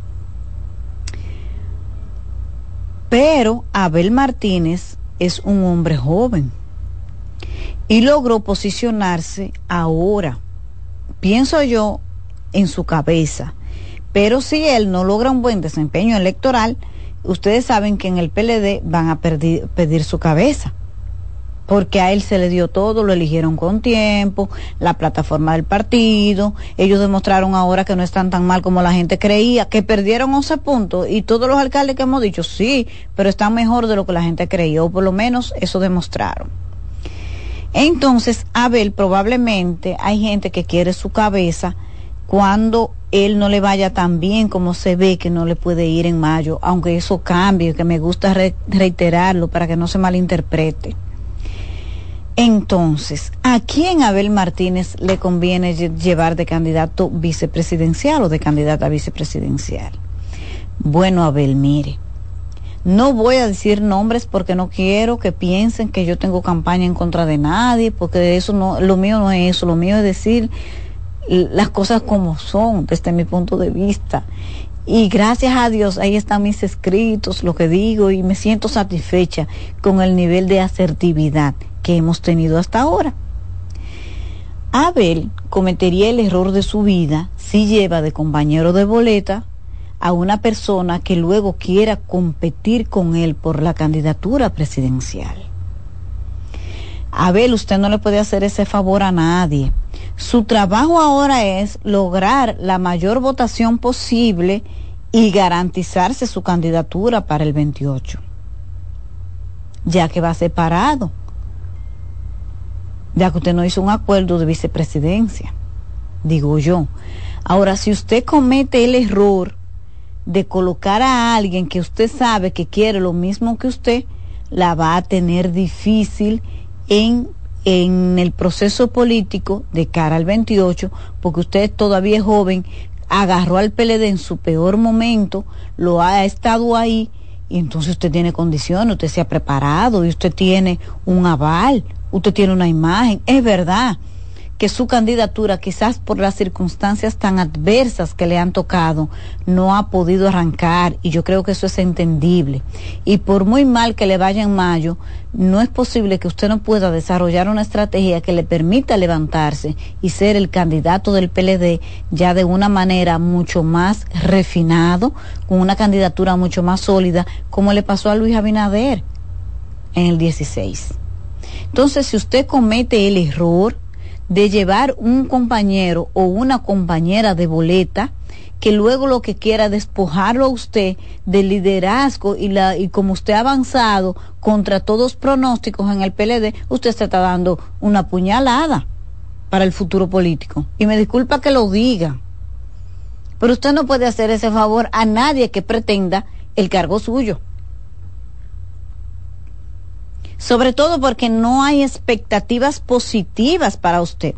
Pero Abel Martínez es un hombre joven y logró posicionarse ahora, pienso yo, en su cabeza. Pero si él no logra un buen desempeño electoral, ustedes saben que en el P L D van a pedir, pedir su cabeza, porque a él se le dio todo, lo eligieron con tiempo, la plataforma del partido, ellos demostraron ahora que no están tan mal como la gente creía, que perdieron once puntos, y todos los alcaldes que hemos dicho, sí, pero están mejor de lo que la gente creía, o por lo menos eso demostraron. Entonces, Abel probablemente, hay gente que quiere su cabeza cuando él no le vaya tan bien como se ve que no le puede ir en mayo, aunque eso cambie, que me gusta re- reiterarlo para que no se malinterprete. Entonces, ¿a quién Abel Martínez le conviene llevar de candidato vicepresidencial o de candidata vicepresidencial? Bueno, Abel, mire, No voy a decir nombres porque no quiero que piensen que yo tengo campaña en contra de nadie, porque eso no, lo mío no es eso, lo mío es decir las cosas como son desde mi punto de vista. Y gracias a Dios ahí están mis escritos, lo que digo, y me siento satisfecha con el nivel de asertividad que hemos tenido hasta ahora. Abel cometería el error de su vida si lleva de compañero de boleta a una persona que luego quiera competir con él por la candidatura presidencial. Abel, usted no le puede hacer ese favor a nadie. Su trabajo ahora es lograr la mayor votación posible y garantizarse su candidatura para el veintiocho, ya que va separado, ya que usted no hizo un acuerdo de vicepresidencia, digo yo. Ahora, si usted comete el error de colocar a alguien que usted sabe que quiere lo mismo que usted, la va a tener difícil en, en el proceso político de cara al veintiocho, porque usted todavía es joven, agarró al P L D en su peor momento, lo ha estado ahí, y entonces usted tiene condiciones, usted se ha preparado y usted tiene un aval, usted tiene una imagen. Es verdad que su candidatura, quizás por las circunstancias tan adversas que le han tocado, no ha podido arrancar, y yo creo que eso es entendible. Y por muy mal que le vaya en mayo, no es posible que usted no pueda desarrollar una estrategia que le permita levantarse y ser el candidato del P L D ya de una manera mucho más refinado, con una candidatura mucho más sólida, como le pasó a Luis Abinader en el dieciséis. Entonces, si usted comete el error de llevar un compañero o una compañera de boleta, que luego lo que quiera es despojarlo a usted del liderazgo y la y como usted ha avanzado contra todos pronósticos en el P L D, usted se está dando una puñalada para el futuro político. Y me disculpa que lo diga, pero usted no puede hacer ese favor a nadie que pretenda el cargo suyo. Sobre todo porque no hay expectativas positivas para usted.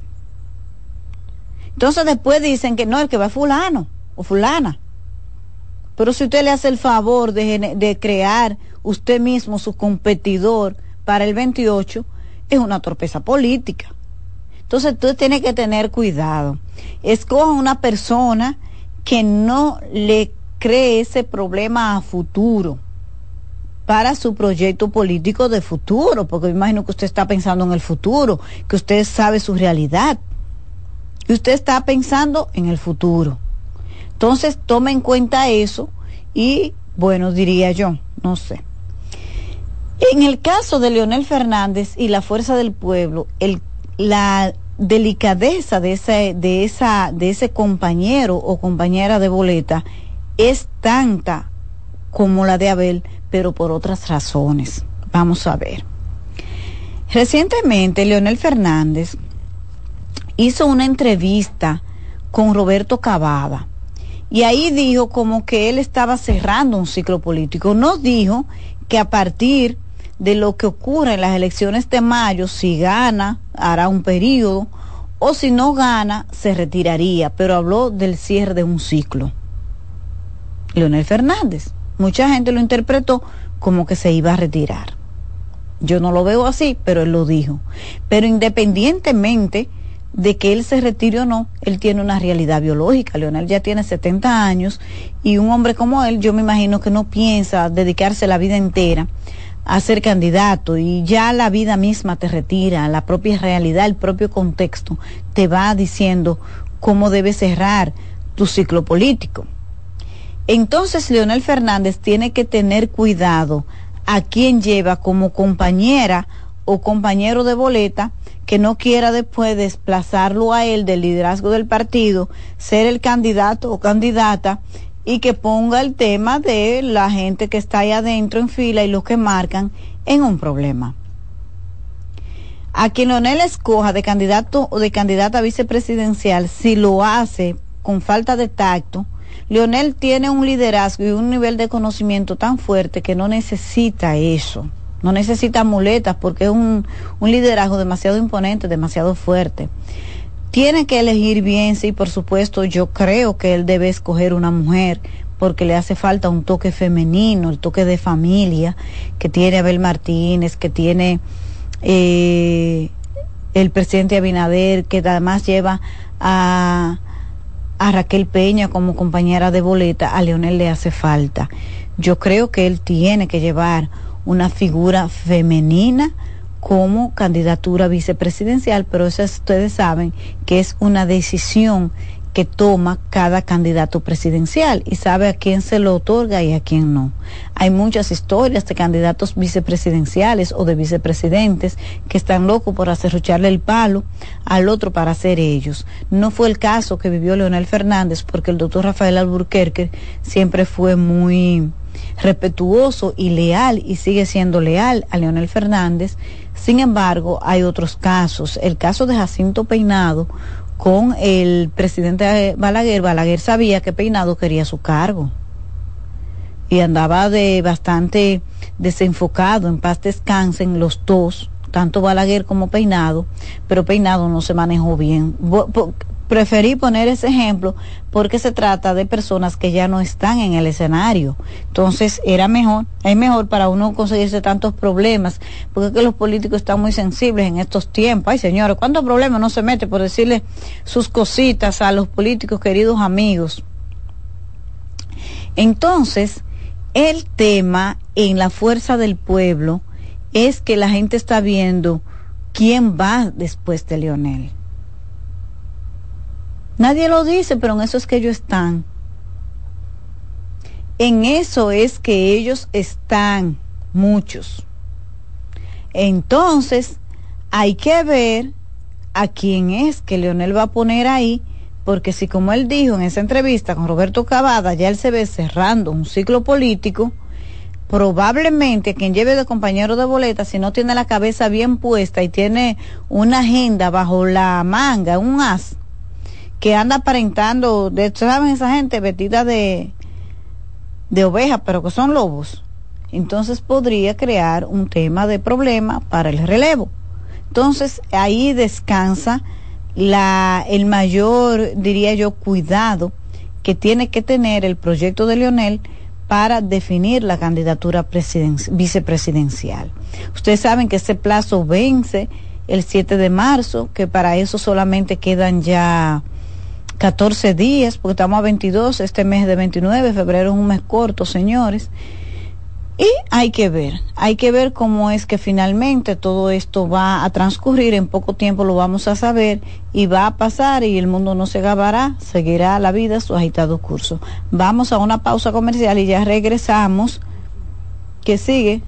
Entonces después dicen que no, el que va es fulano o fulana. Pero si usted le hace el favor de, de crear usted mismo su competidor para el veintiocho, es una torpeza política. Entonces usted tiene que tener cuidado. Escoja una persona que no le cree ese problema a futuro para su proyecto político de futuro, porque me imagino que usted está pensando en el futuro, que usted sabe su realidad, y usted está pensando en el futuro. Entonces tome en cuenta eso y, bueno, diría yo, no sé. En el caso de Leonel Fernández y la Fuerza del Pueblo, el, la delicadeza de ese, de esa, de ese compañero o compañera de boleta es tanta como la de Abel, pero por otras razones. Vamos a ver. Recientemente, Leonel Fernández hizo una entrevista con Roberto Cavada, y ahí dijo como que él estaba cerrando un ciclo político. No dijo que a partir de lo que ocurre en las elecciones de mayo, si gana, hará un periodo, o si no gana, se retiraría, pero habló del cierre de un ciclo. Leonel Fernández. Mucha gente lo interpretó como que se iba a retirar. Yo no lo veo así, pero él lo dijo. Pero independientemente de que él se retire o no, él tiene una realidad biológica. Leonel ya tiene setenta años y un hombre como él, yo me imagino que no piensa dedicarse la vida entera a ser candidato, y ya la vida misma te retira, la propia realidad, el propio contexto te va diciendo cómo debes cerrar tu ciclo político. Entonces Leonel Fernández tiene que tener cuidado a quien lleva como compañera o compañero de boleta, que no quiera después desplazarlo a él del liderazgo del partido, ser el candidato o candidata, y que ponga el tema de la gente que está ahí adentro en fila y los que marcan en un problema. A quien Leonel escoja de candidato o de candidata vicepresidencial, si lo hace con falta de tacto, Leonel tiene un liderazgo y un nivel de conocimiento tan fuerte que no necesita eso, no necesita muletas, porque es un, un liderazgo demasiado imponente, demasiado fuerte. Tiene que elegir bien, sí, por supuesto, yo creo que él debe escoger una mujer porque le hace falta un toque femenino, el toque de familia que tiene Abel Martínez, que tiene eh, el presidente Abinader, que además lleva a, a Raquel Peña como compañera de boleta. A Leonel le hace falta. Yo creo que él tiene que llevar una figura femenina como candidatura vicepresidencial, pero eso ustedes saben que es una decisión que toma cada candidato presidencial y sabe a quién se lo otorga y a quién no. Hay muchas historias de candidatos vicepresidenciales o de vicepresidentes que están locos por acerrucharle el palo al otro para ser ellos. No fue el caso que vivió Leonel Fernández, porque el doctor Rafael Alburquerque siempre fue muy respetuoso y leal y sigue siendo leal a Leonel Fernández. Sin embargo, hay otros casos. El caso de Jacinto Peinado con el presidente Balaguer. Balaguer sabía que Peinado quería su cargo y andaba de bastante desenfocado. En paz descansen los dos, tanto Balaguer como Peinado, pero Peinado no se manejó bien. Preferí poner ese ejemplo porque se trata de personas que ya no están en el escenario. Entonces era mejor, es mejor para uno conseguirse tantos problemas, porque es que los políticos están muy sensibles en estos tiempos. Ay, señores, ¿cuántos problemas no se mete por decirle sus cositas a los políticos, queridos amigos? Entonces, el tema en la fuerza del pueblo es que la gente está viendo quién va después de Leonel. Nadie lo dice, pero en eso es que ellos están. En eso es que ellos están, muchos. Entonces, hay que ver a quién es que Leonel va a poner ahí, porque si, como él dijo en esa entrevista con Roberto Cavada, ya él se ve cerrando un ciclo político, probablemente quien lleve de compañero de boleta, si no tiene la cabeza bien puesta y tiene una agenda bajo la manga, un as, que anda aparentando, de, ¿saben esa gente vestida de, de oveja, pero que son lobos? Entonces podría crear un tema de problema para el relevo. Entonces ahí descansa la, el mayor, diría yo, cuidado que tiene que tener el proyecto de Leonel para definir la candidatura presiden- vicepresidencial. Ustedes saben que ese plazo vence el siete de marzo, que para eso solamente quedan ya catorce días, porque estamos a veintidós, este mes de veintinueve, febrero es un mes corto, señores. Y hay que ver, hay que ver cómo es que finalmente todo esto va a transcurrir. En poco tiempo lo vamos a saber y va a pasar y el mundo no se acabará, seguirá la vida su agitado curso. Vamos a una pausa comercial y ya regresamos. ¿Qué sigue?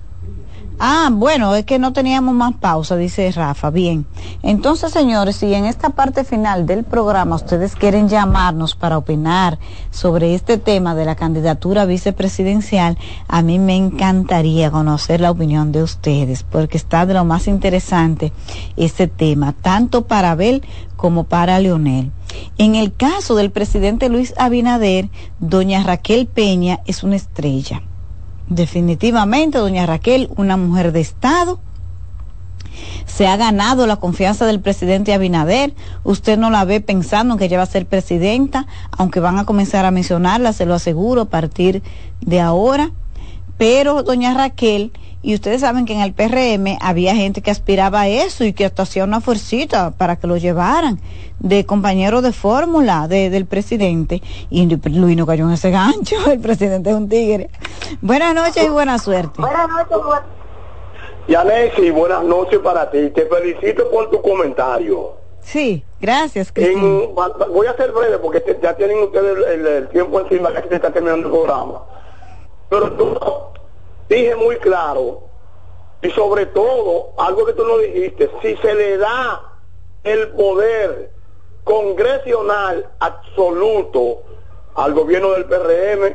Ah, bueno, es que no teníamos más pausa, dice Rafa. Bien, entonces, señores, si en esta parte final del programa ustedes quieren llamarnos para opinar sobre este tema de la candidatura vicepresidencial, a mí me encantaría conocer la opinión de ustedes, porque está de lo más interesante este tema, tanto para Abel como para Leonel. En el caso del presidente Luis Abinader, doña Raquel Peña es una estrella. Definitivamente, doña Raquel, una mujer de Estado, se ha ganado la confianza del presidente Abinader. Usted no la ve pensando en que ella va a ser presidenta, aunque van a comenzar a mencionarla, se lo aseguro, a partir de ahora. Pero doña Raquel, y ustedes saben que en el P R M había gente que aspiraba a eso y que hasta hacía una fuercita para que lo llevaran de compañero de fórmula de, del presidente, y Luis no cayó en ese gancho. El presidente es un tigre. Buenas noches y buena suerte. Buenas noches. Yanesi, buenas noches para ti. Te felicito por tu comentario. Sí, gracias, Cristina. En, voy a ser breve porque te, ya tienen ustedes el, el, el tiempo encima, que se está terminando el programa. Pero tú dije muy claro, y sobre todo, algo que tú no dijiste, si se le da el poder congresional absoluto al gobierno del P R M,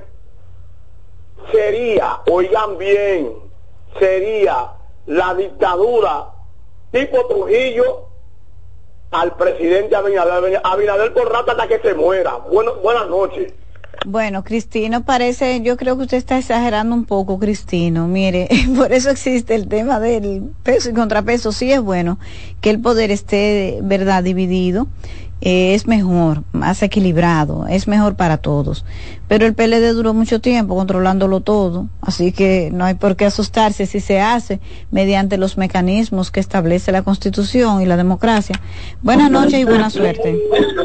sería, oigan bien, sería la dictadura tipo Trujillo al presidente Abinader, Abinader por rato hasta que se muera. Bueno, buenas noches. Bueno, Cristino, parece, yo creo que usted está exagerando un poco, Cristino. Mire, por eso existe el tema del peso y contrapeso. Sí es bueno que el poder esté, verdad, dividido. eh, es mejor, más equilibrado, es mejor para todos. Pero el P L D duró mucho tiempo controlándolo todo, así que no hay por qué asustarse si se hace mediante los mecanismos que establece la Constitución y la democracia. Buenas noches y buena suerte.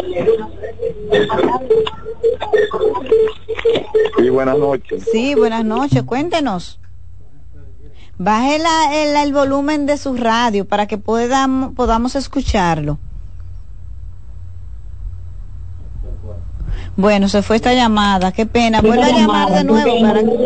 Sí, buenas noches. Sí, buenas noches, cuéntenos. Baje la, el, el volumen de su radio para que podamos, podamos escucharlo. Bueno, se fue esta llamada, qué pena. Vuelve a llamar de nuevo para que...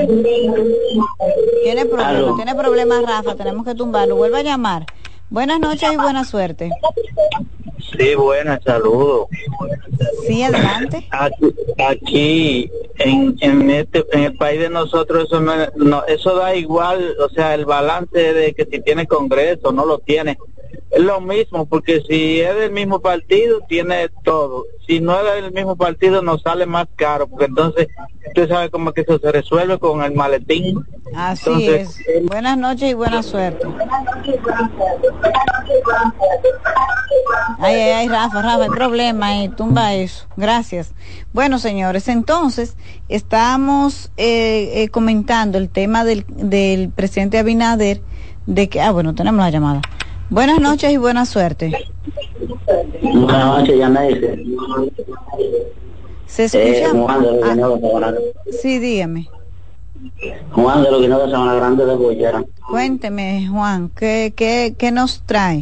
Tiene problemas, tiene problemas Rafa, tenemos que tumbarlo. Vuelve a llamar. Buenas noches y buena suerte. Sí, buenas, saludos. Sí, adelante. Aquí, aquí en, en este en el país de nosotros eso no, no eso da igual, o sea, el balance de que si tiene Congreso no lo tiene. Es lo mismo, porque si es del mismo partido tiene todo. Si no es del mismo partido nos sale más caro, porque entonces usted sabe cómo es que eso se resuelve con el maletín. Así entonces, es. Buenas noches y buena suerte. Ay, ay, ay, Rafa, Rafa, hay problema ahí, tumba eso. Gracias. Bueno, señores, entonces estamos eh, eh, comentando el tema del, del presidente Abinader, de que, ah, bueno, tenemos la llamada. Buenas noches y buena suerte. Buenas noches, Yanese. ¿Se escucha? Eh, Juan de los Guineos de Sabana. Sí, dígame. Juan de los Guineos de Sabana Grande de Bollera. Cuénteme, Juan, ¿qué, qué, qué nos trae?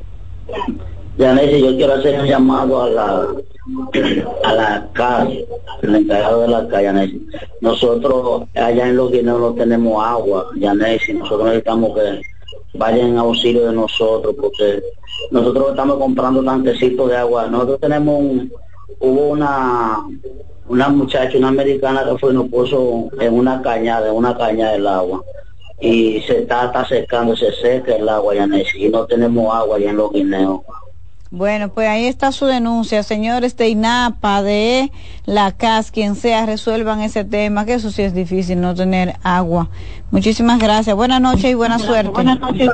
Yanese, yo quiero hacer un llamado a la a la C A S, el encargado de la C A S, Yanese. Nosotros allá en los Guineos no tenemos agua, Yanese. Nosotros necesitamos que vayan en auxilio de nosotros, porque nosotros estamos comprando tanquecitos de agua. Nosotros tenemos un, hubo una una muchacha, una americana que fue y nos puso en una cañada, en una caña el agua, y se está, está secando, se seca el agua, Yanesi, y no tenemos agua allá en los Guineos. Bueno, pues ahí está su denuncia, señores de INAPA, de la C A S, quien sea, resuelvan ese tema, que eso sí es difícil, no tener agua. Muchísimas gracias. Buenas noches y buena suerte. Buenas noches.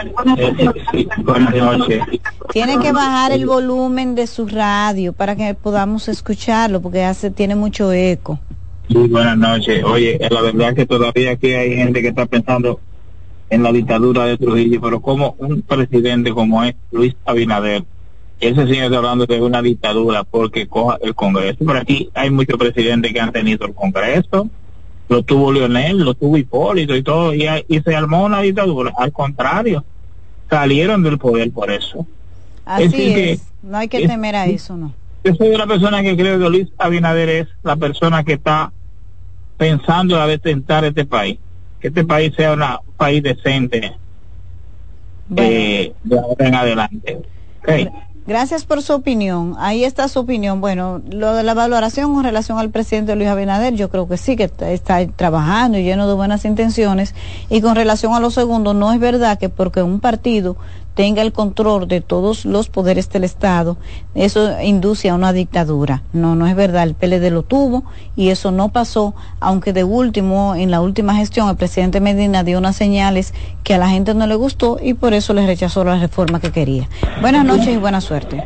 Buenas noches. Tiene que bajar el volumen de su radio para que podamos escucharlo, porque hace tiene mucho eco. Sí, buenas noches. Oye, la verdad es que todavía aquí hay gente que está pensando en la dictadura de Trujillo, pero como un presidente como es Luis Abinader, ese señor está hablando de una dictadura porque coja el Congreso. Por aquí hay muchos presidentes que han tenido el Congreso, lo tuvo Leonel, lo tuvo Hipólito y todo, y, y se armó una dictadura. Al contrario, salieron del poder por eso. Así es, decir, es. Que no hay que es, temer a eso, ¿no? Yo soy una persona que creo que Luis Abinader es la persona que está pensando a detentar este país, que este país sea una, un país decente, bueno, eh, de ahora en adelante. Okay. Gracias por su opinión. Ahí está su opinión. Bueno, lo de la valoración con relación al presidente Luis Abinader, yo creo que sí, que está, está trabajando y lleno de buenas intenciones. Y con relación a lo segundo, no es verdad que porque un partido tenga el control de todos los poderes del Estado, eso induce a una dictadura. No, no es verdad. El P L D lo tuvo y eso no pasó, aunque de último, en la última gestión, el presidente Medina dio unas señales que a la gente no le gustó y por eso le rechazó la reforma que quería. Buenas noches y buena suerte.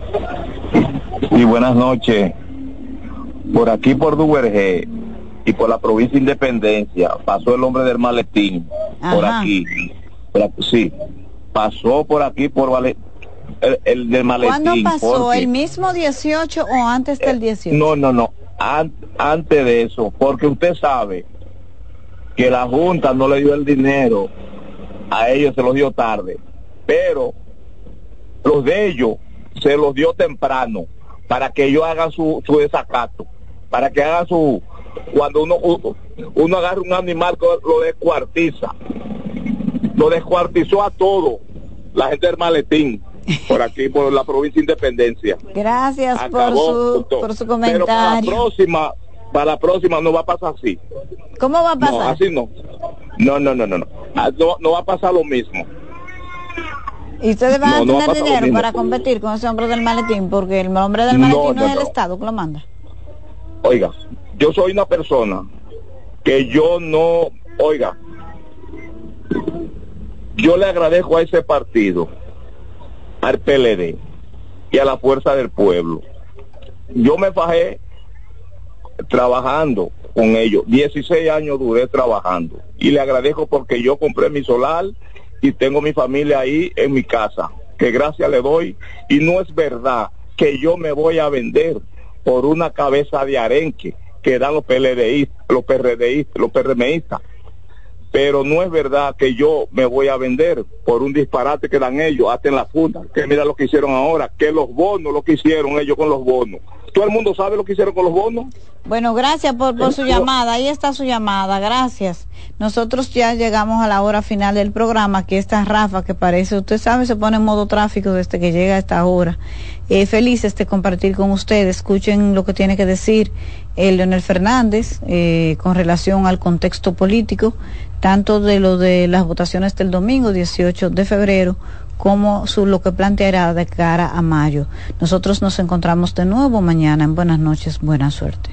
Y buenas noches. Por aquí, por Duvergé y por la provincia de Independencia, pasó el hombre del maletín. Ajá. Por aquí. Por aquí, sí. Pasó por aquí, por vale, el, el del maletín. ¿Cuándo pasó? Porque, ¿el mismo dieciocho o antes del dieciocho? No, no, no. An, antes de eso, porque usted sabe que la Junta no le dio el dinero, a ellos se los dio tarde, pero los de ellos se los dio temprano, para que ellos hagan su, su desacato, para que hagan su... Cuando uno, uno agarra un animal, lo descuartiza. Lo descuartizó a todo la gente del maletín por aquí, por la provincia de Independencia. Gracias por su, por su comentario. Pero para la próxima, para la próxima no va a pasar así. ¿Cómo va a pasar? No, así no. No, no, no, no, no. No, no va a pasar lo mismo. ¿Y ustedes van no, a no tener a dinero para competir con ese hombre del maletín? Porque el hombre del maletín no, no, no es el no. Estado que lo manda. Oiga, yo soy una persona que yo no, oiga, yo le agradezco a ese partido, al P L D, y a la fuerza del pueblo. Yo me fajé trabajando con ellos, dieciséis años duré trabajando, y le agradezco porque yo compré mi solar y tengo mi familia ahí en mi casa, que gracias le doy, y no es verdad que yo me voy a vender por una cabeza de arenque que dan los PLDistas, los PRDistas, los PRMistas. Pero no es verdad que yo me voy a vender por un disparate que dan ellos, hasta en la Junta, que mira lo que hicieron ahora, que los bonos, lo que hicieron ellos con los bonos. ¿Todo el mundo sabe lo que hicieron con los bonos? Bueno, gracias por, por su llamada, ahí está su llamada, gracias. Nosotros ya llegamos a la hora final del programa, aquí está Rafa, que parece, usted sabe, se pone en modo tráfico desde que llega a esta hora. Eh, felices de compartir con ustedes, escuchen lo que tiene que decir eh, Leonel Fernández eh, con relación al contexto político, tanto de lo de las votaciones del domingo dieciocho de febrero, como su, lo que planteará de cara a mayo. Nosotros nos encontramos de nuevo mañana en Buenas Noches, buena suerte.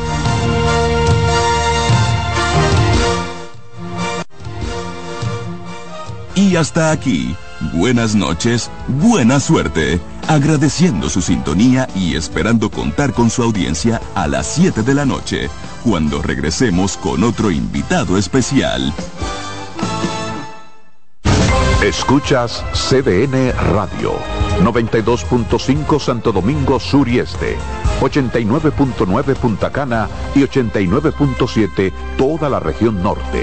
Y hasta aquí, Buenas Noches, buena suerte, agradeciendo su sintonía y esperando contar con su audiencia a las siete de la noche, cuando regresemos con otro invitado especial. Escuchas C D N Radio, noventa y dos punto cinco Santo Domingo Sur y Este, ochenta y nueve punto nueve Punta Cana y ochenta y nueve punto siete toda la región norte.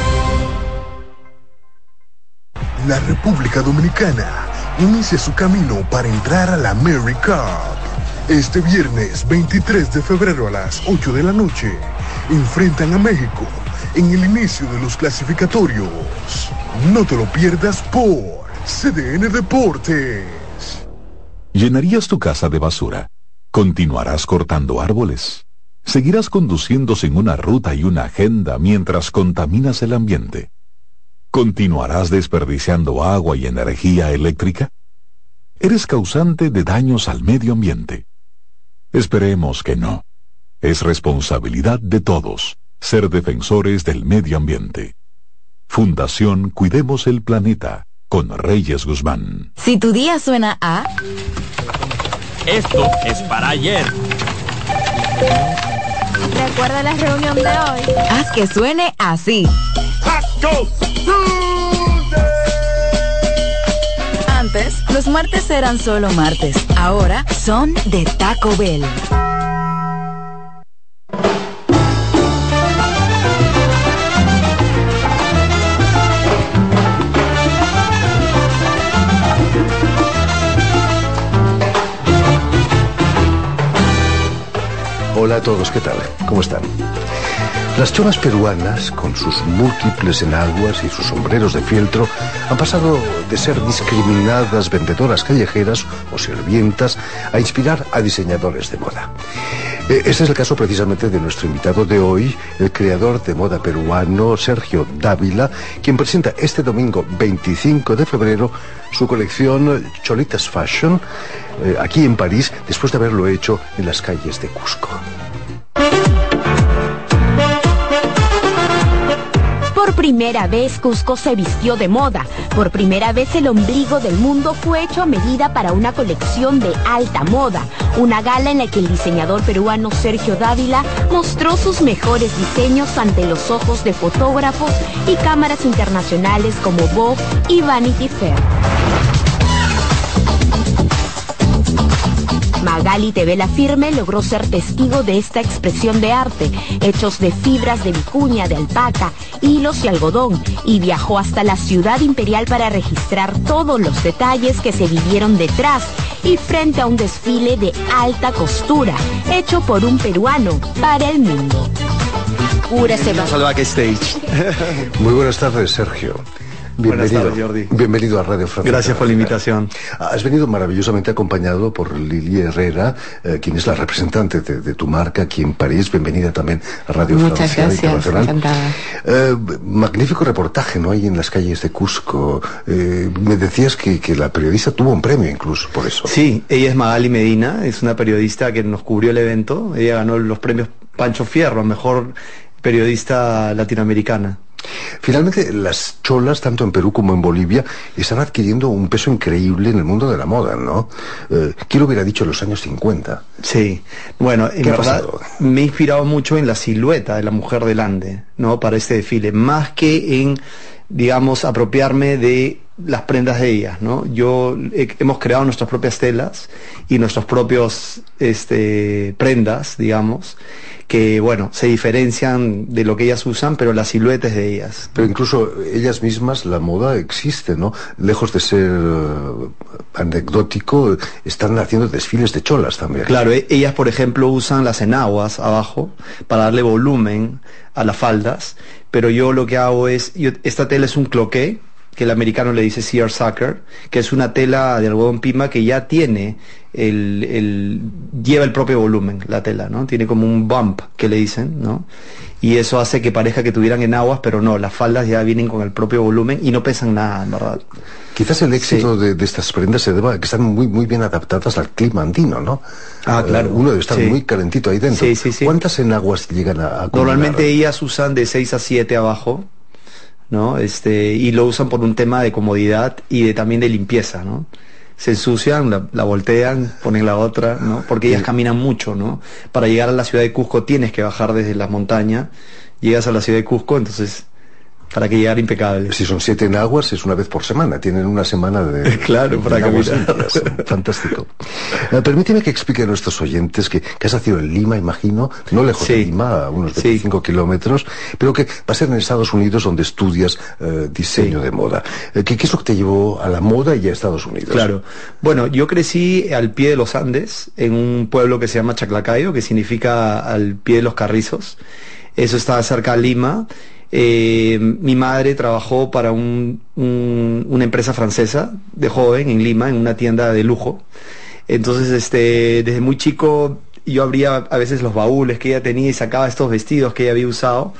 La República Dominicana inicia su camino para entrar a la AmeriCup. Este viernes veintitrés de febrero a las ocho de la noche, enfrentan a México en el inicio de los clasificatorios. No te lo pierdas por C D N Deportes. ¿Llenarías tu casa de basura? ¿Continuarás cortando árboles? ¿Seguirás conduciendo sin una ruta y una agenda mientras contaminas el ambiente? ¿Continuarás desperdiciando agua y energía eléctrica? ¿Eres causante de daños al medio ambiente? Esperemos que no. Es responsabilidad de todos ser defensores del medio ambiente. Fundación Cuidemos el Planeta, con Reyes Guzmán. Si tu día suena a... Esto es para ayer. Recuerda la reunión de hoy. Haz que suene así. Antes, los martes eran solo martes. Ahora son de Taco Bell. Hola a todos, ¿qué tal? ¿Cómo están? Las cholas peruanas, con sus múltiples enaguas y sus sombreros de fieltro, han pasado de ser discriminadas vendedoras callejeras o sirvientas a inspirar a diseñadores de moda. Este es el caso precisamente de nuestro invitado de hoy, el creador de moda peruano Sergio Dávila, quien presenta este domingo veinticinco de febrero su colección Cholitas Fashion, eh, aquí en París, después de haberlo hecho en las calles de Cusco. Por primera vez Cusco se vistió de moda. Por primera vez el ombligo del mundo fue hecho a medida para una colección de alta moda. Una gala en la que el diseñador peruano Sergio Dávila mostró sus mejores diseños ante los ojos de fotógrafos y cámaras internacionales como Vogue y Vanity Fair. Magali Tevela Firme logró ser testigo de esta expresión de arte, hechos de fibras de vicuña, de alpaca, hilos y algodón, y viajó hasta la ciudad imperial para registrar todos los detalles que se vivieron detrás y frente a un desfile de alta costura, hecho por un peruano para el mundo. Muy buenas tardes, Sergio. Bienvenido, Buenas tardes, Jordi. Bienvenido a Radio Francia. Gracias por la invitación. Has venido maravillosamente acompañado por Lili Herrera, eh, quien es la representante de, de tu marca aquí en París. Bienvenida también a Radio Muchas Francia gracias, Internacional. encantada. Eh, magnífico reportaje, ¿no? Ahí en las calles de Cusco. Eh, me decías que, que la periodista tuvo un premio incluso por eso. Sí, ella es Magali Medina, es una periodista que nos cubrió el evento. Ella ganó los premios Pancho Fierro, mejor periodista latinoamericana. Finalmente, las cholas, tanto en Perú como en Bolivia, están adquiriendo un peso increíble en el mundo de la moda, ¿no? Eh, ¿Quién lo hubiera dicho en los años cincuenta? Sí, bueno, en verdad me he inspirado mucho en la silueta de la mujer del Ande, ¿no? Para este desfile, más que en, digamos, apropiarme de las prendas de ellas, ¿no? Yo he, hemos creado nuestras propias telas y nuestros propios este, prendas, digamos, que, bueno, se diferencian de lo que ellas usan, pero la silueta es de ellas. Pero incluso ellas mismas, la moda existe, ¿no? Lejos de ser uh, anecdótico, están haciendo desfiles de cholas también. Claro, e ellas, por ejemplo, usan las enaguas abajo para darle volumen a las faldas, pero yo lo que hago es, yo, esta tela es un cloqué, que el americano le dice seersucker, que es una tela de algodón pima que ya tiene el, el lleva el propio volumen, la tela, ¿no? Tiene como un bump que le dicen, ¿no? Y eso hace que parezca que tuvieran enaguas, pero no, las faldas ya vienen con el propio volumen y no pesan nada, en verdad. Quizás el éxito sí. de, de estas prendas se deba a que están muy muy bien adaptadas al clima andino, ¿no? Ah, claro. Uh, uno debe estar sí. muy calentito ahí dentro. Sí, sí, sí. ¿Cuántas enaguas llegan a, a acumular? Normalmente ellas usan de seis a siete abajo, ¿no? Este, y lo usan por un tema de comodidad y de, también de limpieza, ¿no? Se ensucian, la, la voltean, ponen la otra, ¿no? Porque ellas caminan mucho, ¿no? Para llegar a la ciudad de Cusco tienes que bajar desde la montaña, llegas a la ciudad de Cusco, entonces, para que llegar impecable. Si son siete enaguas, es una vez por semana, tienen una semana de... claro, de para caminar. Fantástico. Uh, permíteme que explique a nuestros oyentes que, que has nacido en Lima, imagino, no lejos sí. de Lima, a unos veinticinco sí. kilómetros, pero que va a ser en Estados Unidos donde estudias uh, diseño sí. de moda. Uh, ¿qué, ¿Qué es lo que te llevó a la moda y a Estados Unidos? Claro. Bueno, yo crecí al pie de los Andes, en un pueblo que se llama Chaclacayo, que significa al pie de los carrizos. Eso está cerca de Lima. Eh, mi madre trabajó para un, un, una empresa francesa de joven en Lima, en una tienda de lujo. Entonces, este, desde muy chico yo abría a veces los baúles que ella tenía y sacaba estos vestidos que ella había usado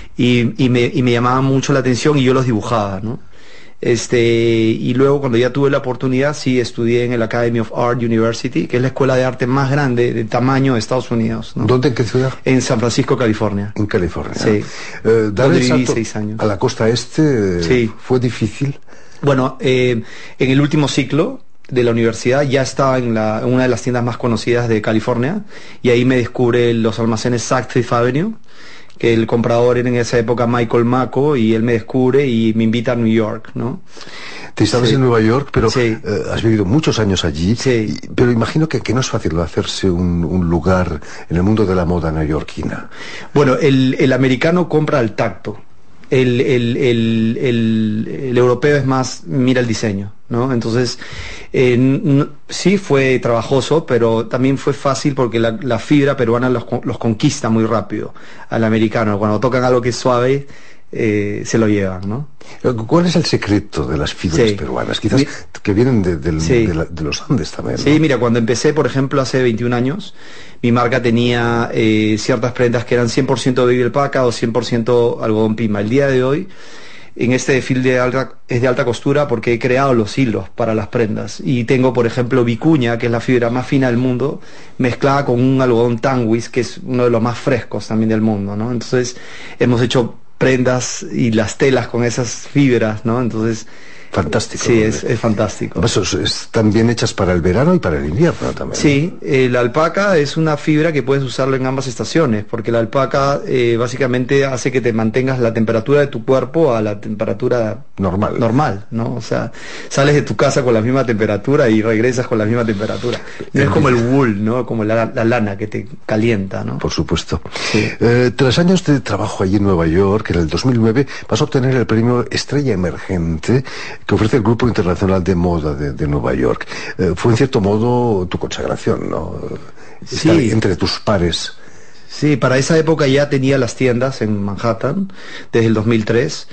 y, y, me, y me llamaban mucho la atención y yo los dibujaba, ¿no? Este, y luego cuando ya tuve la oportunidad, sí, estudié en el Academy of Art University, que es la escuela de arte más grande de tamaño de Estados Unidos, ¿no? ¿Dónde, en qué ciudad? En San Francisco, California. En California. Sí. Eh, dar donde el viví salto seis años. a la costa este, sí. ¿fue difícil? Bueno, eh, en el último ciclo de la universidad ya estaba en, la, en una de las tiendas más conocidas de California y ahí me descubre los almacenes Saks Fifth Avenue, que el comprador era en esa época Michael Mako, y él me descubre y me invita a New York, ¿no? Te estabas sí. en Nueva York, pero sí. eh, has vivido muchos años allí, sí. y, pero imagino que, que no es fácil hacerse un, un lugar en el mundo de la moda neoyorquina. Bueno, el, el americano compra al tacto. El, el, el, el, el europeo es más, mira el diseño, ¿no? Entonces, eh, no, sí fue trabajoso, pero también fue fácil porque la, la fibra peruana los, los conquista muy rápido al americano. Cuando tocan algo que es suave, eh, se lo llevan, ¿no? ¿Cuál es el secreto de las fibras sí. peruanas? Quizás Mi, que vienen de, de, sí. de, la, de los Andes también, ¿no? Sí, mira, cuando empecé, por ejemplo, hace veintiún años, mi marca tenía eh, ciertas prendas que eran cien por ciento baby alpaca o cien por ciento algodón pima. El día de hoy, en este desfile de alta, es de alta costura porque he creado los hilos para las prendas. Y tengo, por ejemplo, vicuña, que es la fibra más fina del mundo, mezclada con un algodón tanguis, que es uno de los más frescos también del mundo, ¿no? Entonces, hemos hecho prendas y las telas con esas fibras, ¿no? Entonces, fantástico. Sí, es, es fantástico. Eso es, están bien hechas para el verano y para el invierno también. Sí, eh, la alpaca es una fibra que puedes usarlo en ambas estaciones, porque la alpaca eh, básicamente hace que te mantengas la temperatura de tu cuerpo a la temperatura normal, normal, ¿no? O sea, sales de tu casa con la misma temperatura y regresas con la misma temperatura. No es como el wool, ¿no? Como la, la lana que te calienta, ¿no? Por supuesto. Sí. Eh, tras años de trabajo allí en Nueva York, en el dos mil nueve vas a obtener el premio Estrella Emergente que ofrece el Grupo Internacional de Moda de, de Nueva York. Eh, fue en cierto modo tu consagración, ¿no? Estar sí. entre tus pares. Sí, para esa época ya tenía las tiendas en Manhattan, desde el dos mil tres.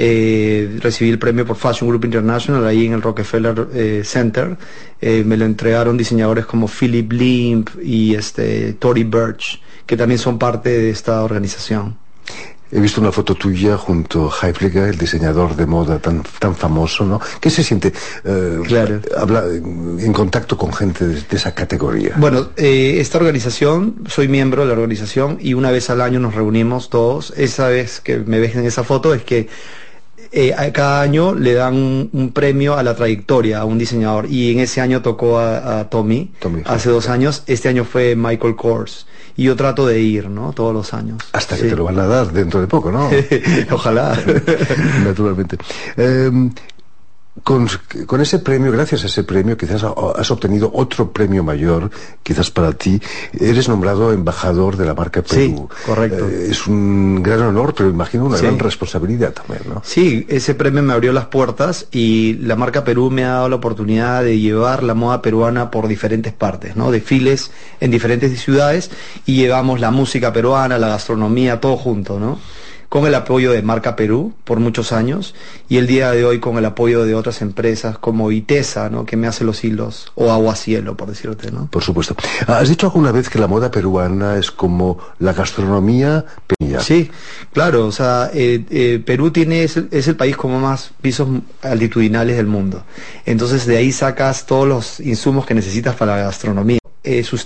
Eh, recibí el premio por Fashion Group International ahí en el Rockefeller eh, Center. Eh, me lo entregaron diseñadores como Philip Lim y este Tory Burch, que también son parte de esta organización. He visto una foto tuya junto a Heifliger, el diseñador de moda tan tan famoso, ¿no? ¿Qué se siente eh, claro. habla, en contacto con gente de, de esa categoría? Bueno, eh, esta organización, soy miembro de la organización y una vez al año nos reunimos todos. Esa vez que me ves en esa foto es que eh, a cada año le dan un, un premio a la trayectoria a un diseñador y en ese año tocó a, a Tommy, Tommy hace dos años. Este año fue Michael Kors. Y yo trato de ir, ¿no? Todos los años. Hasta sí. que te lo van a dar dentro de poco, ¿no? Ojalá. Naturalmente. Eh, con, con ese premio, gracias a ese premio, quizás has obtenido otro premio mayor, quizás para ti. Eres nombrado embajador de la marca Perú. Sí, correcto. Eh, es un gran honor, pero imagino una sí. gran responsabilidad también, ¿no? Sí, ese premio me abrió las puertas y la marca Perú me ha dado la oportunidad de llevar la moda peruana por diferentes partes, ¿no? Desfiles en diferentes ciudades y llevamos la música peruana, la gastronomía, todo junto, ¿no? Con el apoyo de Marca Perú por muchos años y el día de hoy con el apoyo de otras empresas como Itesa, ¿no? Que me hace los hilos, o Aguacielo, por decirte, ¿no? Por supuesto. ¿Has dicho alguna vez que la moda peruana es como la gastronomía peruana? Sí, claro, o sea, eh, eh, Perú tiene es el, es el país con más pisos altitudinales del mundo. Entonces de ahí sacas todos los insumos que necesitas para la gastronomía. Eh, sus